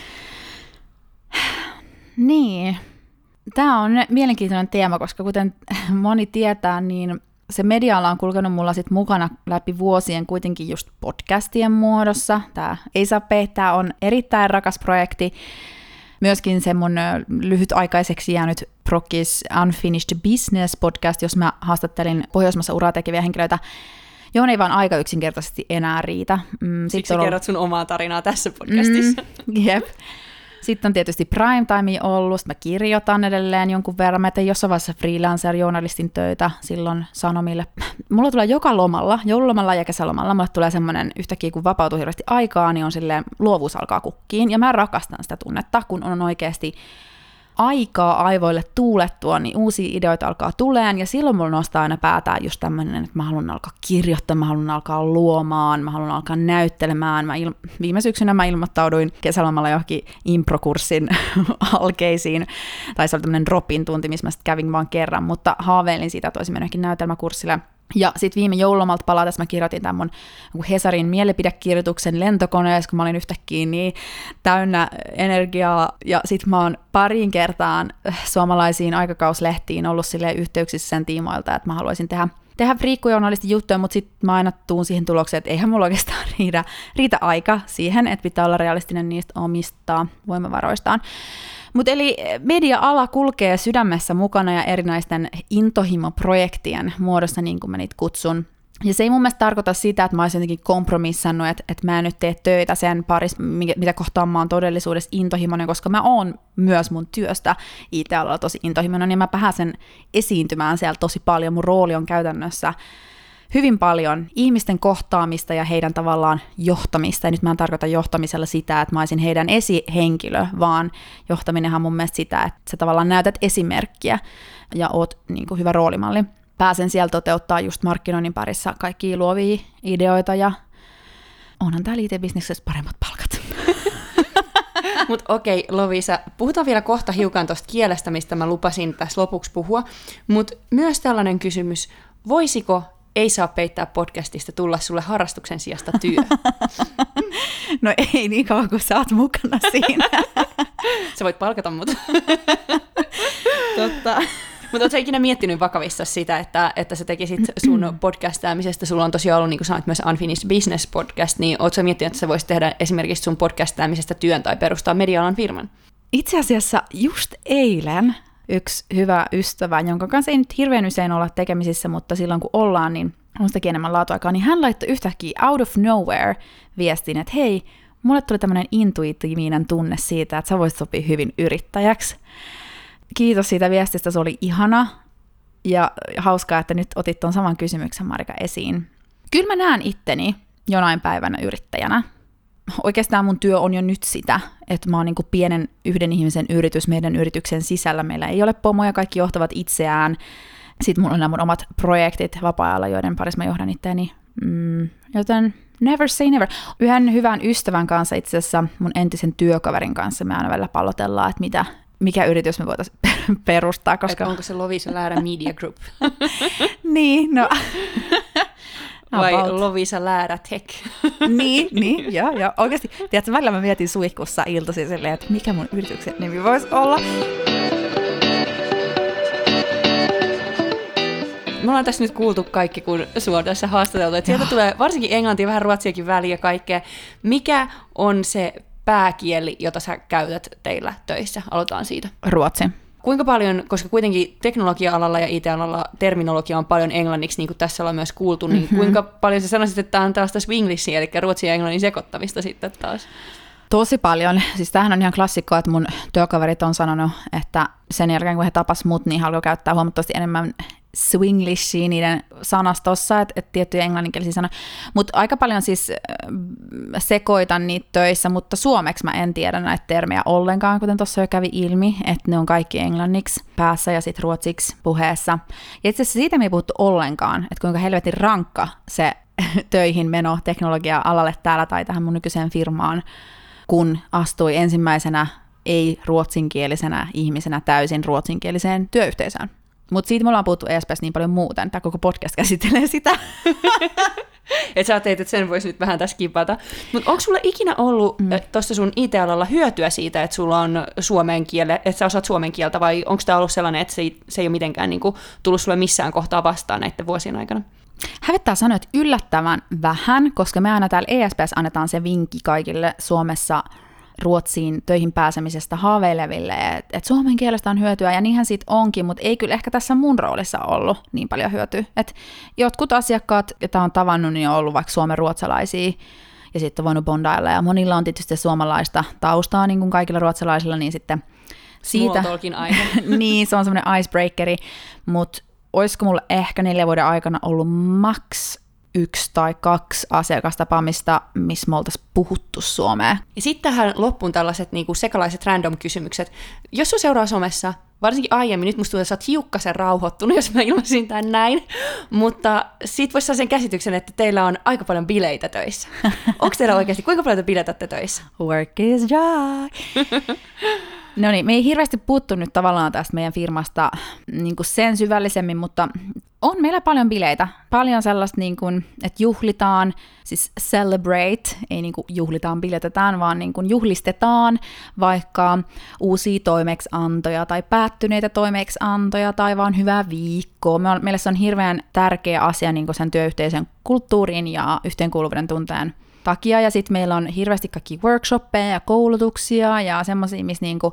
Speaker 3: Niin, tämä on mielenkiintoinen teema, koska kuten moni tietää, niin se media-ala on kulkenut mulla sit mukana läpi vuosien kuitenkin just podcastien muodossa. Tämä Ei saa peittää on erittäin rakas projekti. Myöskin se mun lyhytaikaiseksi jäänyt Prokkis Unfinished Business podcast, jos mä haastattelin Pohjoismaissa uraa tekeviä henkilöitä, johon ei vaan aika yksinkertaisesti enää riitä. Mm,
Speaker 2: Siksi sä kerrot sun omaa tarinaa tässä podcastissa.
Speaker 3: Mm, jep. Sitten on tietysti primetime ollut, mä kirjoitan edelleen jonkun verran, mä tein jossain vaiheessa freelancer-journalistin töitä silloin Sanomille. Mulla tulee joka lomalla, joululomalla ja kesälomalla, mulle tulee semmoinen yhtäkkiä, kun vapautuu hirveästi aikaa, niin on silleen, luovuus alkaa kukkiin, ja mä rakastan sitä tunnetta, kun on oikeasti aikaa aivoille tuulettua, niin uusia ideoita alkaa tuleen, ja silloin mulla nostaa aina päätään just tämmöinen, että mä haluan alkaa kirjoittamaan, mä haluan alkaa luomaan, mä haluan alkaa näyttelemään. Mä il- Viime syksynä mä ilmoittauduin kesälomalla johonkin improkurssin alkeisiin, tai se oli tämmöinen drop-in tunti, missä mä sitten kävin vaan kerran, mutta haaveilin siitä, että olisin mennyt johonkin näytelmäkurssille. Ja sitten viime joululomalta palatessa mä kirjoitin tämän mun Hesarin mielipidekirjoituksen lentokoneessa, kun mä olin yhtäkkiä niin täynnä energiaa. Ja sitten mä oon pariin kertaan suomalaisiin aikakauslehtiin ollut silleen yhteyksissä sen tiimoilta, että mä haluaisin tehdä, tehdä friikkujournalistin juttuja, mutta sitten mä aina tuun siihen tulokseen, että eihän mulla oikeastaan riitä, riitä aika siihen, että pitää olla realistinen niistä omista voimavaroistaan. Mutta eli media-ala kulkee sydämessä mukana ja erinäisten intohimoprojektien muodossa, niin kuin mä niitä kutsun. Ja se ei mun mielestä tarkoita sitä, että mä olisin jotenkin kompromissannut, että, että mä en nyt tee töitä sen parissa, mitä kohtaan mä oon todellisuudessa intohimoinen, koska mä oon myös mun työstä I T-alalla tosi intohimoinen, ja mä pääsen esiintymään siellä tosi paljon. Mun rooli on käytännössä hyvin paljon ihmisten kohtaamista ja heidän tavallaan johtamista. Ja nyt mä en tarkoita johtamisella sitä, että mä olisin heidän esihenkilö, vaan johtaminenhan on mun mielestä sitä, että sä tavallaan näytät esimerkkiä ja oot niin kuin hyvä roolimalli. Pääsen siellä toteuttaa just markkinoinnin parissa kaikkia luovia ideoita ja onhan täällä I T-bisneksessä paremmat palkat.
Speaker 2: Mutta okei, Lovisa, puhutaan vielä kohta hiukan tuosta kielestä, mistä mä lupasin tässä lopuksi puhua, mutta myös tällainen kysymys, voisiko Ei saa peittää podcastista tulla sulle harrastuksen sijasta työ?
Speaker 3: No ei niin kauan, kun sä oot mukana siinä.
Speaker 2: Sä voit palkata mut.
Speaker 3: Totta.
Speaker 2: Mutta ootko sä ikinä miettinyt vakavissa sitä, että, että sä tekisit sun podcastaamisesta, sulla on tosiaan ollut, niin kuin sanoit, myös Unfinished Business podcast, niin ootko sä miettinyt, että sä voisit tehdä esimerkiksi sun podcastaamisesta työn tai perustaa media-alan firman?
Speaker 3: Itse asiassa just eilen yksi hyvä ystävä, jonka kanssa ei nyt hirveän usein olla tekemisissä, mutta silloin kun ollaan, niin on sitäkin enemmän laatuaikaa, niin hän laittoi yhtäkkiä out of nowhere viestin, että hei, mulle tuli tämmöinen intuitiivinen tunne siitä, että sä voisit sopia hyvin yrittäjäksi. Kiitos siitä viestistä, se oli ihana ja hauskaa, että nyt otit ton saman kysymyksen, Marika, esiin. Kyllä mä näen itteni jonain päivänä yrittäjänä. Oikeastaan mun työ on jo nyt sitä, että mä oon niin kuin pienen yhden ihmisen yritys meidän yrityksen sisällä. Meillä ei ole pomoja, kaikki johtavat itseään. Sitten mulla on nämä mun omat projektit vapaa-ajalla, joiden parissa mä johdan itseäni. Mm, joten never say never. Yhden hyvän ystävän kanssa, itse asiassa mun entisen työkaverin kanssa, me aina välillä pallotellaan, että mitä, mikä yritys me voitaisiin perustaa. Koska...
Speaker 2: Et onko se Lovisa Läärä Media Group?
Speaker 3: Niin, no...
Speaker 2: Vai about. Lovisa Läärä Tech?
Speaker 3: niin, niin, joo, joo. Oikeasti, tiedätkö, välillä mä mietin suihkussa iltaisin silleen, että mikä mun yrityksen nimi voisi olla.
Speaker 2: Me ollaan tässä nyt kuultu kaikki, kun sua on tässä haastateltu, että sieltä tulee varsinkin englantia, vähän ruotsiakin väliä ja kaikkea. Mikä on se pääkieli, jota sä käytät teillä töissä? Aloitetaan siitä.
Speaker 3: Ruotsi.
Speaker 2: Kuinka paljon, koska kuitenkin teknologia-alalla ja I T-alalla terminologia on paljon englanniksi, niin kuin tässä ollaan myös kuultu, niin mm-hmm. kuinka paljon sä sanoisit, että tämä on tällaista swinglishia, eli ruotsin ja englannin sekoittamista sitten taas?
Speaker 3: Tosi paljon. Siis tämähän on ihan klassikko, että mun työkaverit on sanonut, että sen jälkeen kun he tapas mut, niin he alkoi käyttää huomattavasti enemmän swinglishia niiden sanastossa, että et tiettyjä englanninkielisiä sanoja. Mutta aika paljon siis äh, sekoitan niitä töissä, mutta suomeksi mä en tiedä näitä termejä ollenkaan, kuten tuossa jo kävi ilmi, että ne on kaikki englanniksi päässä ja sitten ruotsiksi puheessa. Ja itse asiassa siitä me ei puhuttu ollenkaan, että kuinka helvetin rankka se töihin meno teknologia-alalle täällä tai tähän mun nykyiseen firmaan, kun astui ensimmäisenä ei-ruotsinkielisenä ihmisenä täysin ruotsinkieliseen työyhteisöön. Mutta siitä me ollaan puhuttu E S P:ssä niin paljon muuten. Tämä koko podcast käsittelee sitä.
Speaker 2: Että sä ajattelit, että sen voisi nyt vähän tässä kipata. Mutta onko sulla ikinä ollut mm. tuossa sun I T-alalla hyötyä siitä, että sulla on suomen kiele, että sä osaat suomen kieltä, vai onko tämä ollut sellainen, että se ei, se ei ole mitenkään niinku tullut sulle missään kohtaa vastaan näiden vuosien aikana?
Speaker 3: Hävettää sanoa, että yllättävän vähän, koska me aina täällä E S P:ssä annetaan se vinkki kaikille Suomessa Ruotsiin töihin pääsemisestä haaveileville, että et suomen kielestä on hyötyä, ja niinhän siitä onkin, mutta ei kyllä ehkä tässä mun roolissa ollut niin paljon hyötyä. Et jotkut asiakkaat, joita on tavannut, niin on ollut vaikka suomen ruotsalaisia, ja sitten voinut bondailla, ja monilla on tietysti suomalaista taustaa, niin kuin kaikilla ruotsalaisilla, niin sitten siitä... niin, se on semmoinen icebreakeri, mutta olisiko mulla ehkä neljä vuoden aikana ollut maks yksi tai kaksi asiakastapaamista, missä me oltaisiin puhuttu suomea.
Speaker 2: Ja sitten tähän loppuun tällaiset niinku sekalaiset random-kysymykset. Jos sun seuraa somessa, varsinkin aiemmin, nyt musta tuntuu, että sä oot hiukkasen rauhoittunut, jos mä ilmaisin tämän näin, mutta sit voisi saada sen käsityksen, että teillä on aika paljon bileitä töissä. Onko teillä oikeasti, kuinka paljon te biletätte töissä?
Speaker 3: Work is joy! No niin, me ei hirveästi puuttu nyt tavallaan tästä meidän firmasta niin kuin sen syvällisemmin, mutta on meillä paljon bileitä. Paljon sellaista, niin kuin, että juhlitaan, siis celebrate, ei niin kuin juhlitaan, biletetään, vaan niin kuin juhlistetaan vaikka uusia toimeksiantoja tai päättyneitä toimeksiantoja tai vaan hyvää viikkoa. Me on, meille se on hirveän tärkeä asia niin kuin sen työyhteisön kulttuurin ja yhteenkuuluvuuden tunteen takia, ja sitten meillä on hirveästi kaikki workshoppeja ja koulutuksia ja semmoisia, missä niinku,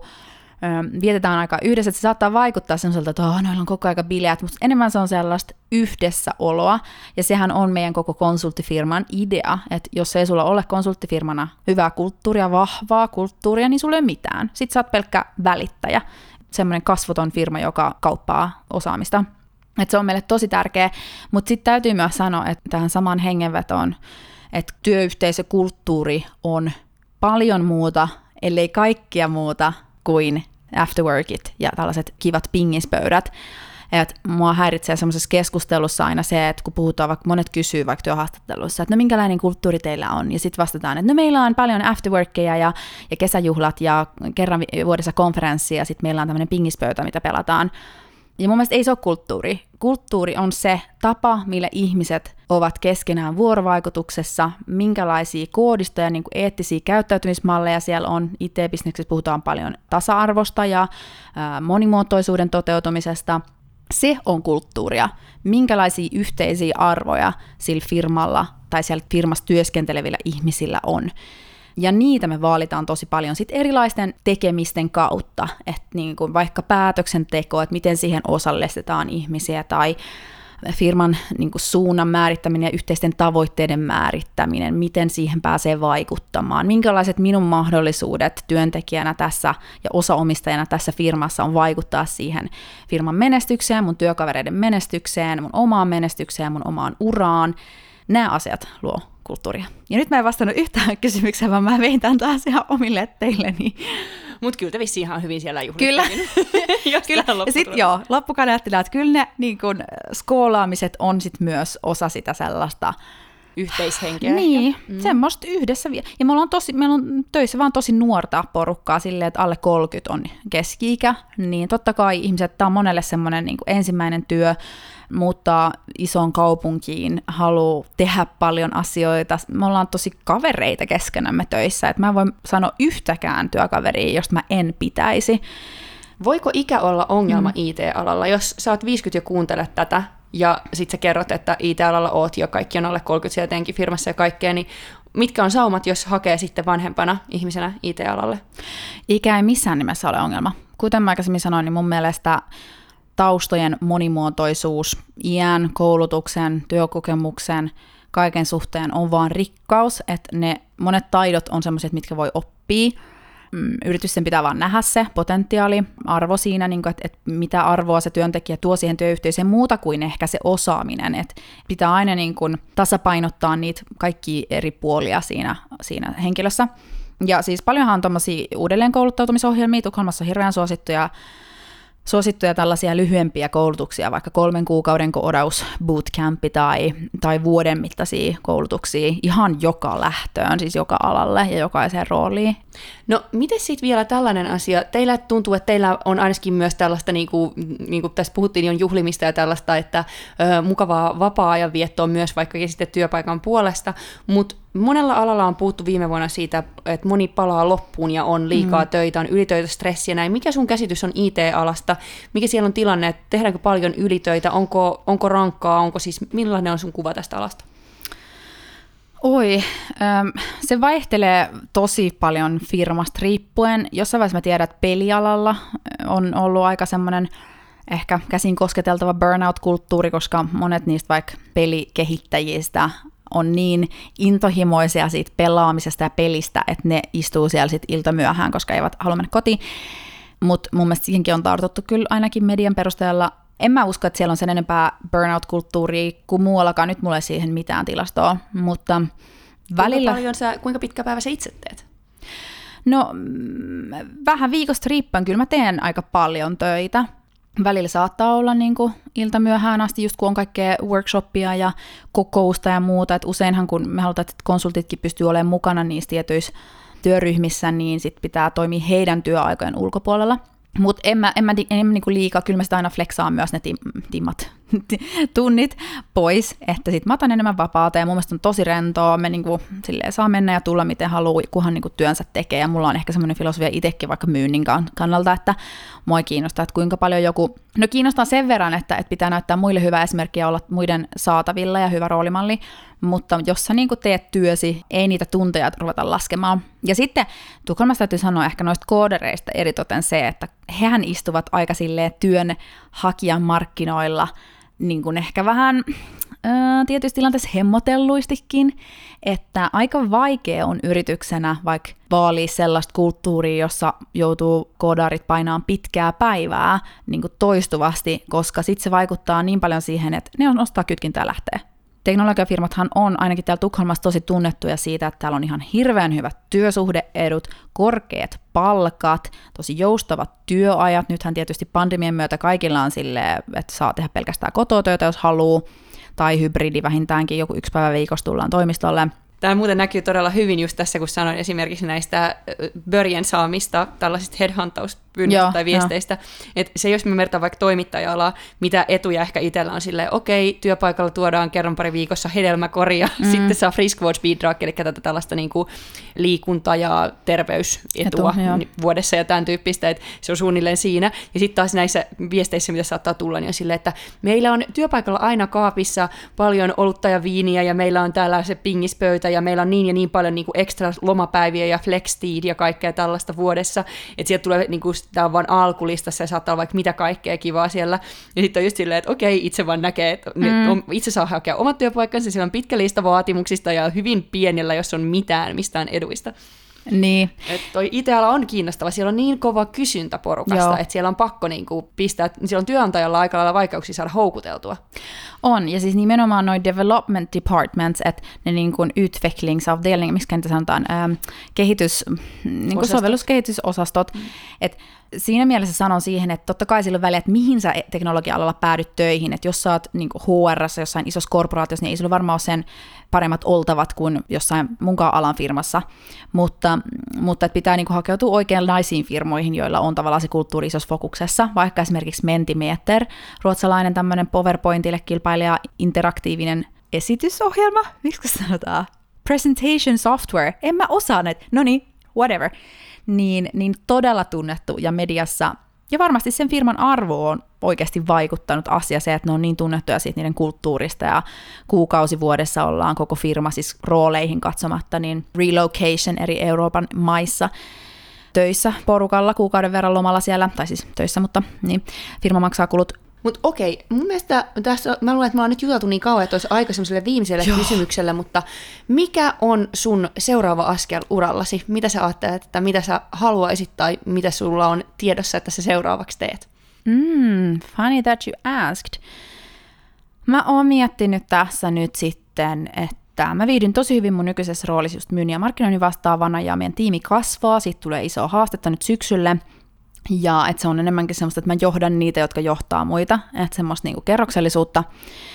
Speaker 3: ö, vietetään aika yhdessä, että se saattaa vaikuttaa semmoiselta, että oh, noilla on koko aika bileät, mutta enemmän se on sellaista yhdessäoloa, ja sehän on meidän koko konsulttifirman idea, että jos ei sulla ole konsulttifirmana hyvää kulttuuria, vahvaa kulttuuria, niin sulla ei ole mitään. Sitten sä oot pelkkä välittäjä, semmoinen kasvoton firma, joka kauppaa osaamista. Et se on meille tosi tärkeä, mutta sitten täytyy myös sanoa, että tähän samaan hengenvetoon, että työyhteisökulttuuri on paljon muuta, ellei kaikkia muuta kuin afterworkit ja tällaiset kivat pingispöydät. Et mua häiritsee semmoisessa keskustelussa aina se, että kun puhutaan, vaikka monet kysyy vaikka työhaastattelussa, että no minkälainen kulttuuri teillä on, ja sitten vastataan, että no meillä on paljon afterworkkeja ja, ja kesäjuhlat ja kerran vuodessa konferenssi, ja sitten meillä on tämmöinen pingispöytä, mitä pelataan. Ja mun mielestä ei se ole kulttuuri. Kulttuuri on se tapa, millä ihmiset ovat keskenään vuorovaikutuksessa, minkälaisia koodistoja, niin kuin eettisiä käyttäytymismalleja siellä on. I T-bisneksessä puhutaan paljon tasa-arvosta ja ää, monimuotoisuuden toteutumisesta. Se on kulttuuria. Minkälaisia yhteisiä arvoja sillä firmalla tai siellä firmassa työskentelevillä ihmisillä on. Ja niitä me vaalitaan tosi paljon sit erilaisten tekemisten kautta, että niin kuin vaikka päätöksenteko, että miten siihen osallistetaan ihmisiä, tai firman niin kuin suunnan määrittäminen ja yhteisten tavoitteiden määrittäminen, miten siihen pääsee vaikuttamaan, minkälaiset minun mahdollisuudet työntekijänä tässä ja osaomistajana tässä firmassa on vaikuttaa siihen firman menestykseen, mun työkavereiden menestykseen, mun omaan menestykseen, mun omaan uraan. Nämä asiat luo kulttuuria. Ja nyt mä en vastannut yhtään kysymykseen, vaan mä vein tämän taas ihan omille teilleni.
Speaker 2: Mutta kyllä te vissiin ihan hyvin siellä juhlittiin.
Speaker 3: Kyllä. kyllä. Ja sitten joo, loppukaneettina, että kyllä ne niin kun, skoolaamiset on sit myös osa sitä sellaista
Speaker 2: yhteishenkeä.
Speaker 3: Niin, mm. semmoista yhdessä. Ja meillä on, tosi, meillä on töissä vaan tosi nuorta porukkaa silleen, että alle kolmekymmentä on keski-ikä, niin totta kai ihmiset, tämä on monelle semmoinen niin kuin ensimmäinen työ, muuttaa isoon kaupunkiin, haluaa tehdä paljon asioita. Me ollaan tosi kavereita keskenämme töissä, että mä en voi sanoa yhtäkään työkaveria, josta mä en pitäisi.
Speaker 2: Voiko ikä olla ongelma mm. I T-alalla? Jos sä oot viisikymmentä ja kuuntelet tätä, ja sit sä kerrot, että I T-alalla oot jo, kaikki on alle kolmekymmentä siellä teidänkin firmassa ja kaikkea, niin mitkä on saumat, jos hakee sitten vanhempana ihmisenä I T-alalle?
Speaker 3: Ikä ei missään nimessä ole ongelma. Kuten mä aikaisemmin sanoin, niin mun mielestä taustojen monimuotoisuus, iän, koulutuksen, työkokemuksen, kaiken suhteen on vaan rikkaus, että ne monet taidot on sellaiset, mitkä voi oppia. Yritysten pitää vaan nähdä se potentiaali, arvo siinä, niin kuin, että, että mitä arvoa se työntekijä tuo siihen työyhteisöön muuta kuin ehkä se osaaminen. Että pitää aina niin kuin tasapainottaa niitä kaikkia eri puolia siinä, siinä henkilössä. Ja siis paljonhan on tuommoisia uudelleenkouluttautumisohjelmia, Tukholmassa on hirveän suosittuja, suosittuja tällaisia lyhyempiä koulutuksia, vaikka kolmen kuukauden koodaus bootcampi tai, tai vuoden mittaisia koulutuksia ihan joka lähtöön, siis joka alalle ja jokaiseen rooliin.
Speaker 2: No, miten sitten vielä tällainen asia? Teillä tuntuu, että teillä on ainakin myös tällaista, niin kuin, niin kuin tässä puhuttiin, on juhlimista ja tällaista, että ö, mukavaa vapaa-ajan viettoa myös vaikkakin sitten työpaikan puolesta, mutta monella alalla on puhuttu viime vuonna siitä, että moni palaa loppuun ja on liikaa mm. töitä, on ylitöitä, stressiä näin. Mikä sun käsitys on I T-alasta? Mikä siellä on tilanne, että tehdäänkö paljon ylitöitä? Onko, onko rankkaa? Onko siis, millainen on sun kuva tästä alasta?
Speaker 3: Oi, se vaihtelee tosi paljon firmasta riippuen. Jossain vaiheessa mä tiedän, että pelialalla on ollut aika semmoinen ehkä käsin kosketeltava burnout-kulttuuri, koska monet niistä vaikka pelikehittäjistä on niin intohimoisia siitä pelaamisesta ja pelistä, että ne istuu siellä sitten iltamyöhään, koska eivät halua mennä kotiin. Mutta mun mielestä siihenkin on tartuttu kyllä ainakin median perusteella. En mä usko, että siellä on sen enempää burnout-kulttuuria kuin muuallakaan. Nyt mulla ei siihen mitään tilastoa, mutta välillä...
Speaker 2: Kuinka, paljon sä, kuinka pitkä päivä sä itse teet?
Speaker 3: No, vähän viikosta riippuen. Kyllä mä teen aika paljon töitä. Välillä saattaa olla niin kuin iltamyöhään asti, just kun on kaikkea workshoppia ja kokousta ja muuta. Et useinhan, kun me halutaan, että konsultitkin pystyy olemaan mukana niissä tietyissä työryhmissä, niin sit pitää toimia heidän työaikojen ulkopuolella. Mutta en mä, en mä, en mä niinku liikaa, kyllä mä sitä aina flexaan myös ne tim, timmat, tunnit pois, että sit mä otan enemmän vapaata ja mun mielestä on tosi rentoa, me niinku silleen saa mennä ja tulla miten haluaa, kunhan niinku työnsä tekee ja mulla on ehkä semmoinen filosofia itsekin vaikka myynnin kannalta, että mua ei kiinnosta, että kuinka paljon joku, no kiinnostaa sen verran, että, että pitää näyttää muille hyvä esimerkki ja olla muiden saatavilla ja hyvä roolimalli, mutta jos sä niinku teet työsi, ei niitä tunteja ruveta laskemaan. Ja sitten Tukholmassa täytyy sanoa ehkä noista koodereista eritoten se, että hehän istuvat aika silleen työnhakijan markkinoilla niin kuin ehkä vähän ää, tietyissä tilanteissa hemmotelluistikin, että aika vaikea on yrityksenä vaikka vaalia sellaista kulttuuria, jossa joutuu koodarit painaan pitkää päivää niin kuin toistuvasti, koska sitten se vaikuttaa niin paljon siihen, että ne on ostaa kytkintää ja lähtee. Teknologiafirmathan on ainakin täällä Tukholmassa tosi tunnettuja siitä, että täällä on ihan hirveän hyvät työsuhdeedut, korkeat palkat, tosi joustavat työajat. Nythän tietysti pandemian myötä kaikilla on silleen, että saa tehdä pelkästään kototöitä, jos haluaa, tai hybridi vähintäänkin, joku yksi päivä viikossa tullaan toimistolle.
Speaker 2: Tämä muuten näkyy todella hyvin just tässä, kun sanoin esimerkiksi näistä börjen saamista, tällaisista headhuntauspyynnöistä tai viesteistä. Että se, jos me vertaan vaikka toimittaja-alaa, mitä etuja ehkä itsellä on silleen, okei, työpaikalla tuodaan kerran pari viikossa hedelmäkoria, mm. sitten saa Friskvård Bidrag, eli tätä tällaista niin kuin liikunta- ja terveysetua Etu, vuodessa ja tämän tyyppistä, että se on suunnilleen siinä. Ja sitten taas näissä viesteissä, mitä saattaa tulla, niin on silleen, että meillä on työpaikalla aina kaapissa paljon olutta ja viiniä, ja meillä on täällä se pingispöytä, ja meillä on niin ja niin paljon niin kuin ekstra lomapäiviä ja flexteed ja kaikkea tällaista vuodessa, että sieltä tulee, niin kuin, tämä on vaan alkulistassa ja saattaa olla vaikka mitä kaikkea kivaa siellä. Ja sitten on just silleen, että okei, itse vaan näkee, että mm. itse saa hakea omat työpaikkansa, siellä on pitkä lista vaatimuksista ja hyvin pienellä, jos on mitään mistään eduista.
Speaker 3: Niin.
Speaker 2: Että toi I T-ala on kiinnostava, siellä on niin kova kysyntä porukasta, Joo. että siellä on pakko niinku pistää, siellä on työnantajalla aika lailla vaikeuksia saada houkuteltua.
Speaker 3: On, ja siis nimenomaan noi development departments, että ne niin kuin utvecklingsavdelning, miksi niitä sanotaan, ähm, kehitys, niin kuin sovelluskehitysosastot, mm. että siinä mielessä sanon siihen, että totta kai sillä on väliä, että mihin sä teknologia-alalla päädyt töihin, että jos sä oot niin kuin H R:ssä jossain isossa korporaatiossa, niin ei sulla varmaan ole sen paremmat oltavat kuin jossain munkaan alan firmassa, mutta, mutta että pitää niin kuin hakeutua oikeanlaisiin firmoihin, joilla on tavallaan se kulttuuri isossa fokuksessa, vaikka esimerkiksi Mentimeter, ruotsalainen tämmöinen PowerPointille kilpailija interaktiivinen esitysohjelma, miksi sanotaan? Presentation software, en mä osaa näitä, no niin, whatever. Niin, niin todella tunnettu ja mediassa, ja varmasti sen firman arvo on oikeasti vaikuttanut asia se, että ne on niin tunnettuja siitä niiden kulttuurista, ja kuukausivuodessa ollaan koko firma siis rooleihin katsomatta, niin relocation eri Euroopan maissa töissä porukalla, kuukauden verran lomalla siellä, tai siis töissä, mutta niin, firma maksaa kulut.
Speaker 2: Mutta okei, mun mielestä tässä, mä luulen, että mä oon nyt juteltu niin kauan, että olisi aika semmoiselle viimeiselle Joo. kysymykselle, mutta mikä on sun seuraava askel urallasi? Mitä sä ajattelet, että mitä sä haluaisit tai mitä sulla on tiedossa, että sä seuraavaksi teet?
Speaker 3: Mm, funny that you asked. Mä oon miettinyt tässä nyt sitten, että mä viihdyn tosi hyvin mun nykyisessä roolissa just myynnin ja markkinoinnin vastaavana, ja meidän tiimi kasvaa, siitä tulee iso haastetta nyt syksylle. Ja että se on enemmänkin semmoista, että mä johdan niitä, jotka johtaa muita, että semmoista niinku kerroksellisuutta.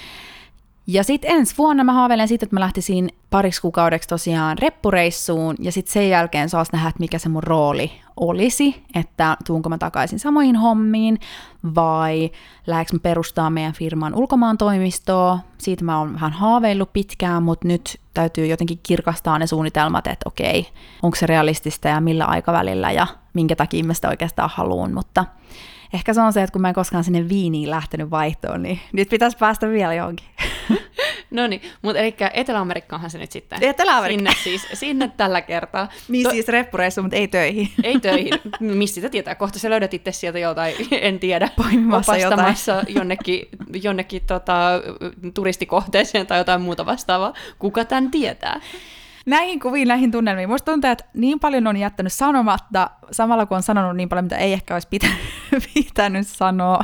Speaker 3: Ja sitten ensi vuonna mä haaveilen siitä, että mä lähtisin pariksi kuukaudeksi tosiaan reppureissuun, ja sitten sen jälkeen saas nähdä, että mikä se mun rooli olisi, että tuunko mä takaisin samoihin hommiin, vai lähdekö mä perustaa meidän firman ulkomaan toimistoa. Siitä mä oon vähän haaveillut pitkään, mutta nyt täytyy jotenkin kirkastaa ne suunnitelmat, että okei, onko se realistista ja millä aikavälillä ja minkä takia mä sitä oikeastaan haluan, mutta ehkä se on se, että kun mä en koskaan sinne Viiniin lähtenyt vaihtoon, niin nyt pitäisi päästä vielä johonkin.
Speaker 2: No niin, mutta eli Etelä-Amerikkaanhan se nyt sitten.
Speaker 3: Etelä-Amerikka.
Speaker 2: Sinne siis, sinne tällä kertaa.
Speaker 3: Niin
Speaker 2: to-
Speaker 3: siis reppureissu, mutta ei töihin.
Speaker 2: Ei töihin. Mistä sitä tietää? Kohta sä löydät itse sieltä jotain, en tiedä,
Speaker 3: Poimimassa
Speaker 2: opastamassa
Speaker 3: jotain.
Speaker 2: jonnekin, jonnekin tota, turistikohteeseen tai jotain muuta vastaavaa. Kuka tän tietää?
Speaker 3: Näihin kuviin, näihin tunnelmiin. Musta tuntuu, että niin paljon on jättänyt sanomatta, samalla kun on sanonut niin paljon, mitä ei ehkä olisi pitänyt, pitänyt sanoa.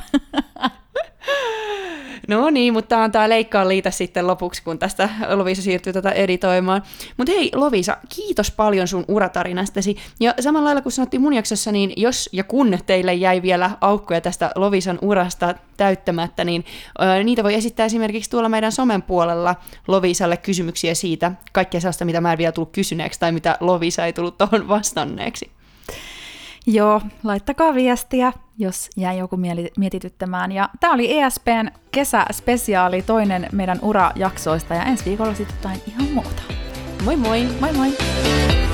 Speaker 2: No niin, mutta tämä on tämä leikkaa liitä sitten lopuksi, kun tästä Lovisa siirtyy tätä editoimaan. Mutta hei Lovisa, kiitos paljon sun uratarinastasi. Ja samalla lailla kuin sanottiin mun jaksossa, niin jos ja kun teille jäi vielä aukkoja tästä Lovisan urasta täyttämättä, niin ö, niitä voi esittää esimerkiksi tuolla meidän somen puolella Lovisalle kysymyksiä siitä, kaikkea sellaista, mitä mä en vielä tullut kysyneeksi tai mitä Lovisa ei tullut tuohon vastanneeksi.
Speaker 3: Joo, laittakaa viestiä, jos jäi joku mieli- mietityttämään. Ja tää oli E S P:n kesäspesiaali, toinen meidän urajaksoista, ja ensi viikolla sitten jotain ihan muuta.
Speaker 2: Moi moi!
Speaker 3: Moi moi!